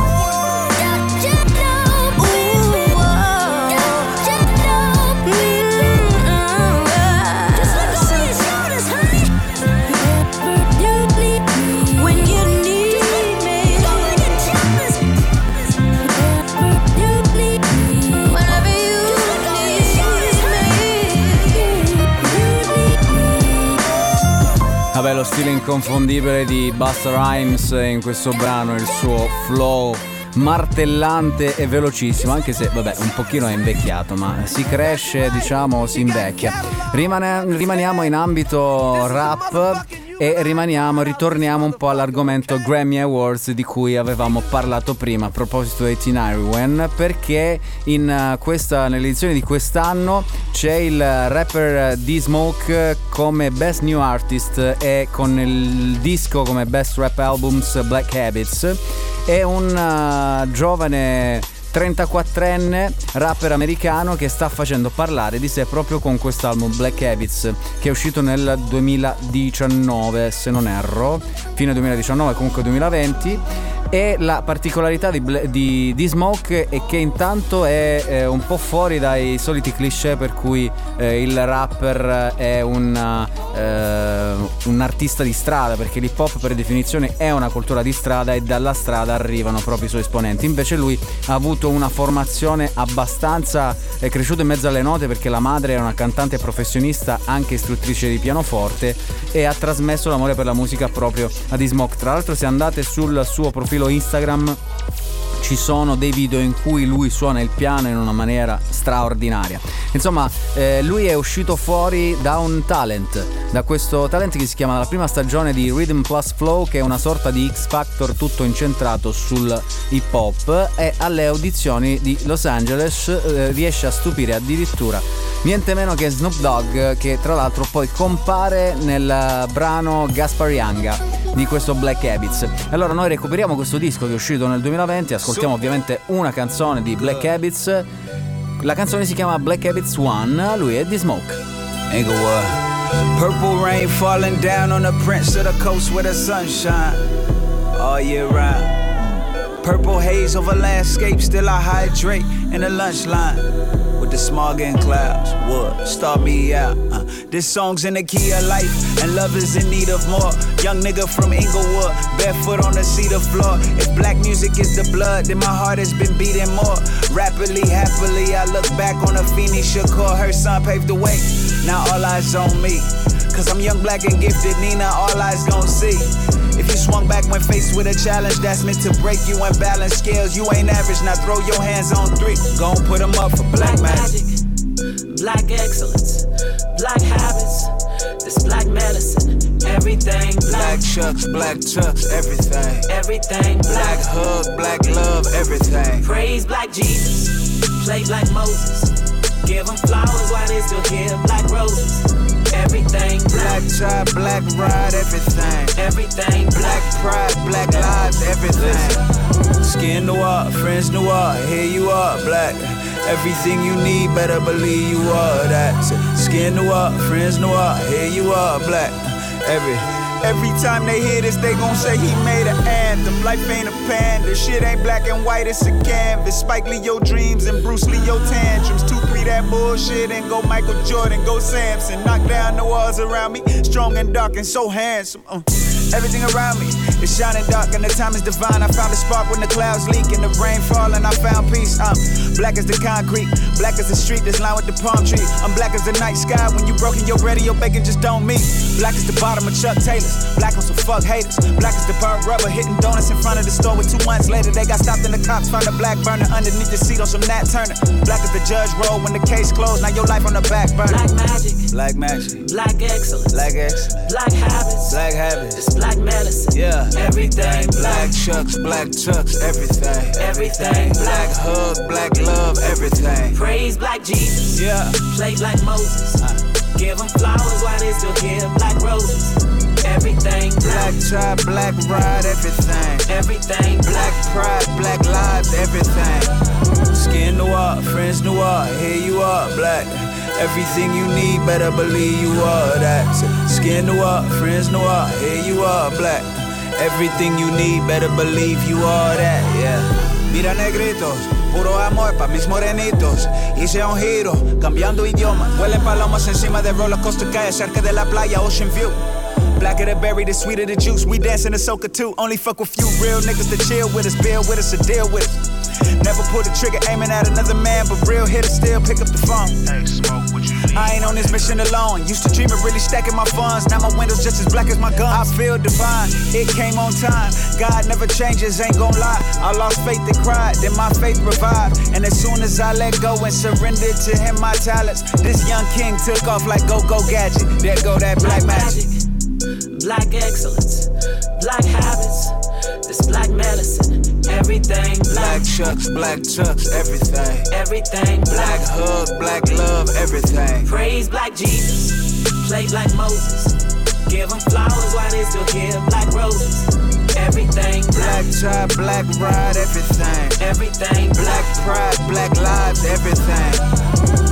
Vabbè, lo stile inconfondibile di Busta Rhymes in questo brano, il suo flow martellante e velocissimo, anche se vabbè un pochino è invecchiato, ma si cresce, diciamo, si invecchia. Rimane, rimaniamo in ambito rap e rimaniamo, ritorniamo un po' all'argomento Grammy Awards di cui avevamo parlato prima a proposito dei Teen Iron, perché in questa, nell'edizione di quest'anno c'è il rapper D-Smoke come Best New Artist e con il disco come Best Rap Albums Black Habits. È un uh, giovane trentaquattrenne rapper americano che sta facendo parlare di sé proprio con quest'album Black Habits, che è uscito nel duemiladiciannove, se non erro, fine duemiladiciannove, comunque duemilaventi. E la particolarità di, di, di Smoke è che intanto è eh, un po' fuori dai soliti cliché per cui eh, il rapper è un, eh, un artista di strada, perché l'hip hop per definizione è una cultura di strada e dalla strada arrivano proprio i suoi esponenti. Invece lui ha avuto una formazione abbastanza, è cresciuto in mezzo alle note perché la madre è una cantante professionista, anche istruttrice di pianoforte, e ha trasmesso l'amore per la musica proprio a D-Smoke. Tra l'altro, se andate sul suo profilo Instagram ci sono dei video in cui lui suona il piano in una maniera straordinaria. Insomma, eh, lui è uscito fuori da un talent, da questo talent che si chiama la prima stagione di Rhythm Plus Flow, che è una sorta di X Factor tutto incentrato sul hip hop, e alle audizioni di Los Angeles eh, riesce a stupire addirittura niente meno che Snoop Dogg, che tra l'altro poi compare nel brano Gasparianga di questo Black Habits. Allora noi recuperiamo questo disco che è uscito nel duemilaventi, ascoltiamo ovviamente una canzone di Black Habits. La canzone si chiama Black Habits One, lui è D Smoke. Inglewood. Purple rain falling down on the prince of the coast where the sun shine all year round. Purple haze over landscape, still I hydrate in the lunch line with the smog and clouds. Would start me out. Uh, this song's in the key of life, and love is in need of more. Young nigga from Inglewood, barefoot on the cedar floor. If black music is the blood, then my heart has been beating more. Rapidly, happily, I look back on the Afeni Shakur. Her son paved the way. Now all eyes on me, cause I'm young, black, and gifted. Nina, all eyes gon' see. If you swung back when faced with a challenge that's meant to break you and balance scales, you ain't average, now throw your hands on three. Gon' put them up for black, black magic. Black excellence, black habits, this black medicine, everything black. Black chucks, black chucks, everything. Everything black. Black hug, black love, everything. Praise black Jesus, play black Moses. Give them flowers while they still here, black roses. Everything black tie, black ride, everything. Everything black pride, black lives, everything. Skin noir, friends noir, here you are, black. Everything you need, better believe you are that. Skin noir, friends noir, here you are, black. Every Every time they hear this, they gon' say he made an anthem. Life ain't a panda, shit ain't black and white, it's a canvas. Spike Lee your dreams and Bruce Lee your tantrums. Two, three that bullshit and go Michael Jordan, go Samson. Knock down the walls around me, strong and dark and so handsome. Uh. Everything around me is shining dark and the time is divine. I found a spark when the clouds leak and the rain fall and I found peace. I'm black as the concrete, black as the street that's lined with the palm tree. I'm black as the night sky when you broken your bread and your bacon just don't meet. Black as the bottom of Chuck Taylor's, black on some fuck haters. Black as the burnt rubber hitting donuts in front of the store with two months later they got stopped and the cops found a black burner underneath the seat on some Nat Turner. Black as the judge rolled when the case closed, now your life on the back burner. Black magic, black magic, black excellence, black excellence, black habits, black habits, this black medicine. Yeah, everything black chucks, black chucks, everything. Everything black hug, black love, everything. Praise black Jesus, yeah. Play black Moses. Uh. Give them flowers while they still here, black roses. Everything black tie, black ride, everything. Everything black pride, black lives, everything. Skin noir, friends noir, here you are, black. Everything you need, better believe you are that. Skin noir, friends noir, here you are, black. Everything you need, better believe you are that, yeah. Mira negritos, puro amor pa' mis morenitos. Hice un giro, cambiando idioma. Huelen palomas encima de roller coaster calle cerca de la playa, Ocean View. Blacker the berry, the sweeter the juice. We dancing to soca too. Only fuck with few real niggas to chill with us, build with us, or deal with us. Never pull the trigger aiming at another man, but real hitters still pick up the phone. Hey, smoke what you need. I ain't on this mission alone. Used to dream of really stacking my funds. Now my windows just as black as my guns. I feel divine, it came on time. God never changes, ain't gon' lie. I lost faith and cried, then my faith revived. And as soon as I let go and surrendered to him my talents, this young king took off like go-go gadget. There go that black, black magic. magic. Black excellence, black habits, this black medicine. Everything black. Black chucks, black chucks, everything. Everything black. Black hug, black love, everything. Praise black Jesus, play black Moses. Give them flowers while they still here, black roses. Everything black tie, black ride, everything. Everything black pride, black lives, everything.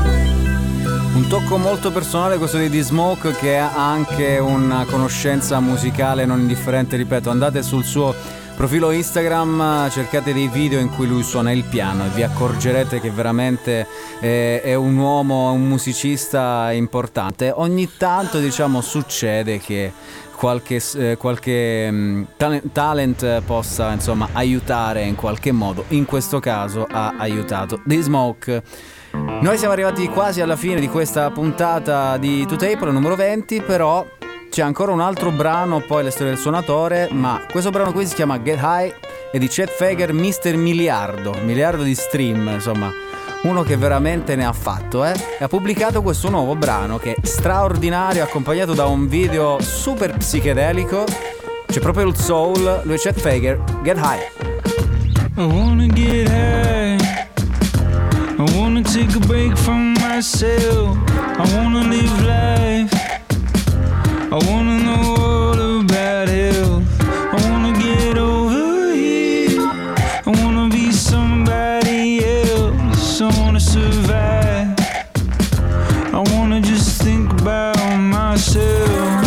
Un tocco molto personale questo di D Smoke, che ha anche una conoscenza musicale non indifferente, ripeto, andate sul suo profilo Instagram, cercate dei video in cui lui suona il piano e vi accorgerete che veramente è, è un uomo, un musicista importante. Ogni tanto, diciamo, succede che qualche, eh, qualche um, talent, talent possa, insomma, aiutare in qualche modo. In questo caso ha aiutato D Smoke. Noi siamo arrivati quasi alla fine di questa puntata di To Tape, la numero venti, però c'è ancora un altro brano, poi le storie del suonatore, ma questo brano qui si chiama Get High e di Chet Faker, mister Miliardo, miliardo di stream, insomma, uno che veramente ne ha fatto, eh? E ha pubblicato questo nuovo brano che è straordinario, accompagnato da un video super psichedelico. C'è proprio il soul, lui è Chet Faker, Get High. I wanna get high, I wanna take a break from myself, I wanna live life, I wanna know all about health, I wanna get over here, I wanna be somebody else, I wanna survive, I wanna just think about myself,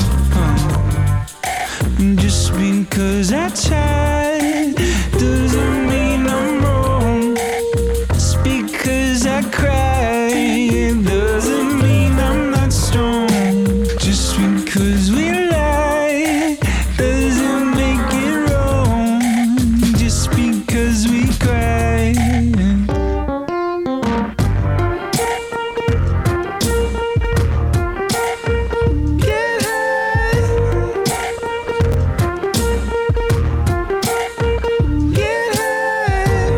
uh, just because I tried doesn't mean I'm wrong, just because I cry it doesn't mean I'm not strong, just because we lie doesn't make it wrong, just because we cry. Get high, get high,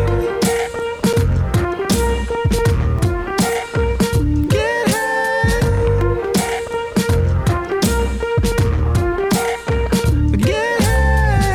get high, get high.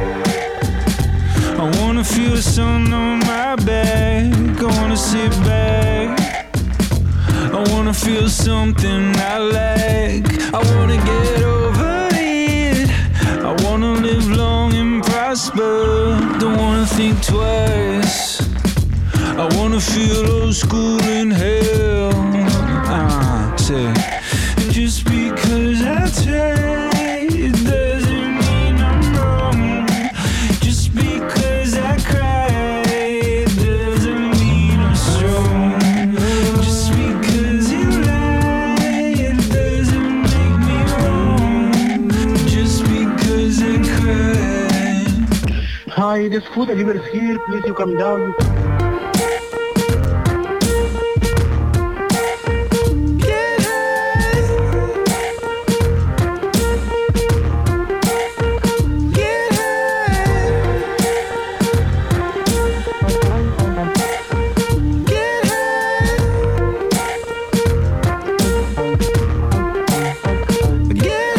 I wanna feel the sun on my back, I wanna sit back, I wanna feel something I like, I wanna get over it, I wanna live long and prosper, don't wanna think twice, I wanna feel old school in hell, ah, say, just because I tried, it doesn't mean I'm wrong, just because I cry, it doesn't mean I'm strong, just because you lie, it doesn't make me wrong, just because I cry. Hi, this food delivery is here. Please, you come down. Get high, get high, get high, get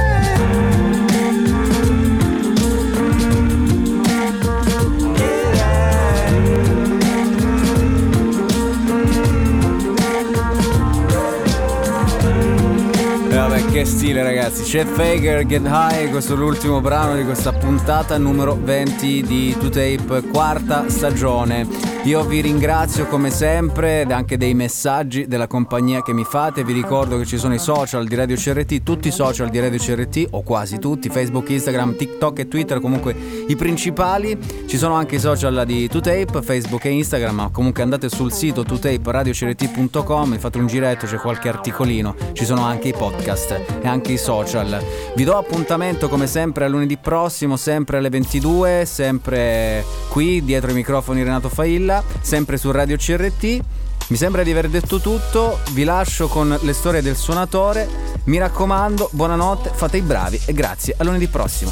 E vabbè, che stile, ragazzi. Chet Faker, Get High, questo è l'ultimo brano di questa puntata numero venti di two tape, quarta stagione. Io vi ringrazio come sempre ed anche dei messaggi della compagnia che mi fate. Vi ricordo che ci sono i social di Radio C R T, tutti i social di Radio C R T, o quasi tutti, Facebook, Instagram, TikTok e Twitter, comunque i principali. Ci sono anche i social di two tape, Facebook e Instagram, ma comunque andate sul sito two tape radio c r t punto com, fate un giretto, c'è qualche articolino, ci sono anche i podcast e anche i social. Vi do appuntamento come sempre a lunedì prossimo, sempre alle ventidue, sempre qui dietro i microfoni Renato Failla, sempre su Radio C R T. Mi sembra di aver detto tutto, vi lascio con le storie del suonatore, mi raccomando, buonanotte, fate i bravi e grazie, a lunedì prossimo.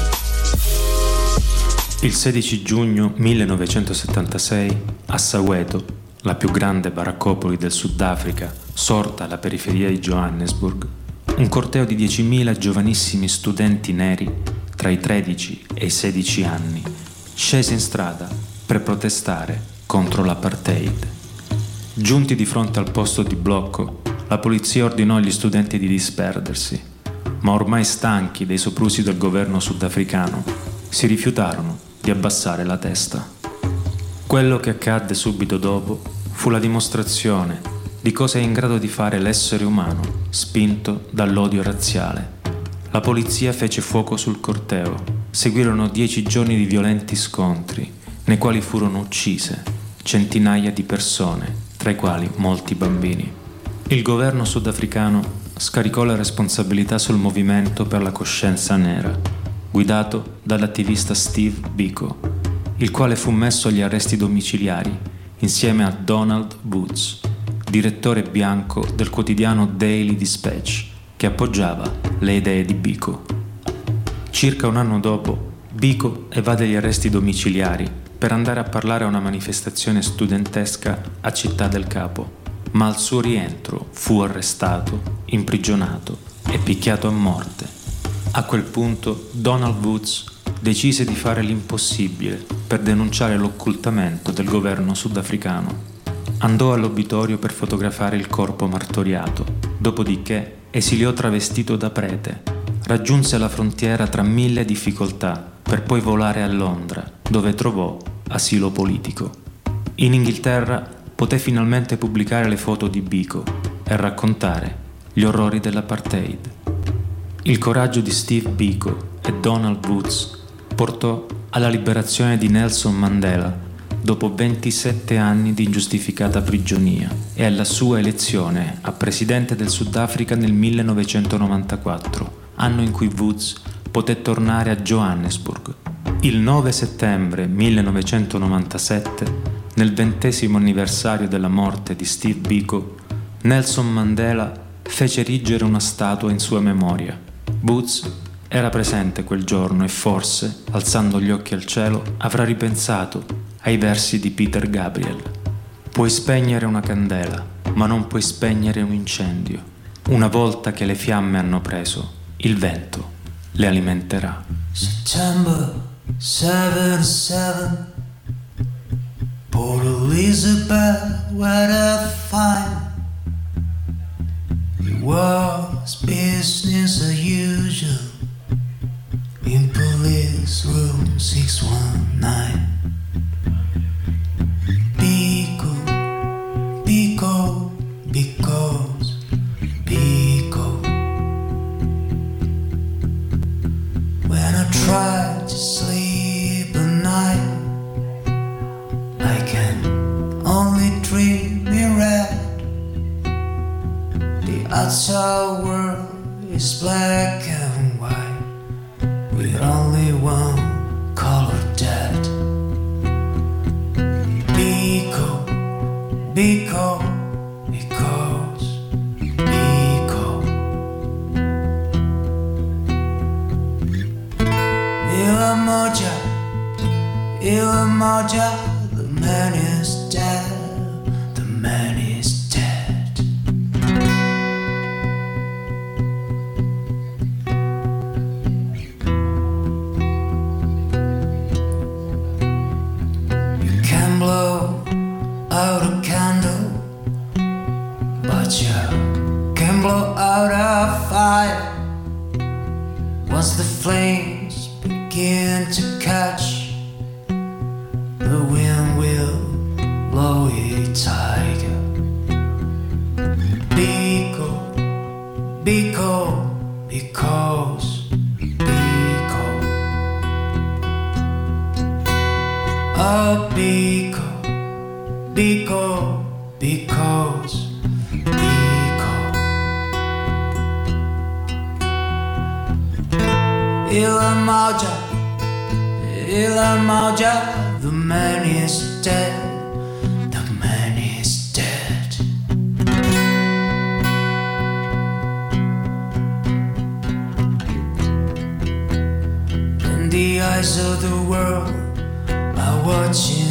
Il sedici giugno millenovecentosettantasei, a Soweto, la più grande baraccopoli del Sudafrica, sorta alla periferia di Johannesburg, un corteo di diecimila giovanissimi studenti neri tra i tredici e i sedici anni scese in strada per protestare contro l'apartheid. Giunti di fronte al posto di blocco, la polizia ordinò agli studenti di disperdersi, ma ormai stanchi dei soprusi del governo sudafricano, si rifiutarono di abbassare la testa. Quello che accadde subito dopo fu la dimostrazione di cosa è in grado di fare l'essere umano spinto dall'odio razziale. La polizia fece fuoco sul corteo, seguirono dieci giorni di violenti scontri, nei quali furono uccise centinaia di persone, tra i quali molti bambini. Il governo sudafricano scaricò la responsabilità sul movimento per la coscienza nera, guidato dall'attivista Steve Biko, il quale fu messo agli arresti domiciliari insieme a Donald Boots, direttore bianco del quotidiano Daily Dispatch, che appoggiava le idee di Biko. Circa un anno dopo, Biko evade gli arresti domiciliari per andare a parlare a una manifestazione studentesca a Città del Capo, ma al suo rientro fu arrestato, imprigionato e picchiato a morte. A quel punto Donald Woods decise di fare l'impossibile per denunciare l'occultamento del governo sudafricano. Andò all'obitorio per fotografare il corpo martoriato, dopodiché esiliò travestito da prete. Raggiunse la frontiera tra mille difficoltà per poi volare a Londra, dove trovò asilo politico. In Inghilterra poté finalmente pubblicare le foto di Biko e raccontare gli orrori dell'apartheid. Il coraggio di Steve Biko e Donald Woods portò alla liberazione di Nelson Mandela dopo ventisette anni di ingiustificata prigionia e alla sua elezione a presidente del Sudafrica nel millenovecentonovantaquattro, anno in cui Woods poté tornare a Johannesburg. Il nove settembre millenovecentonovantasette, nel ventesimo anniversario della morte di Steve Biko, Nelson Mandela fece erigere una statua in sua memoria. Woods era presente quel giorno e forse, alzando gli occhi al cielo, avrà ripensato ai versi di Peter Gabriel. Puoi spegnere una candela, ma non puoi spegnere un incendio. Una volta che le fiamme hanno preso, il vento le alimenterà. September seventy-seven, Port Elizabeth, where to find? It was business as usual in police room six one nine. Biko, Biko, because Biko. When I try to sleep at night, I can only dream in red. The outside world is black and white, with only one color dead. Biko, Biko, because Biko. Ila Moja, Ila Moja, the man is dead, the man is dead. You can blow out a candle, but you can blow out a fire. Once the flames begin to catch, the wind will blow it tighter. Biko, Biko, because Biko. Oh, Biko, Biko, because Biko. Ila Moja, Ila Moja, the man is dead, the man is dead. And the eyes of the world are watching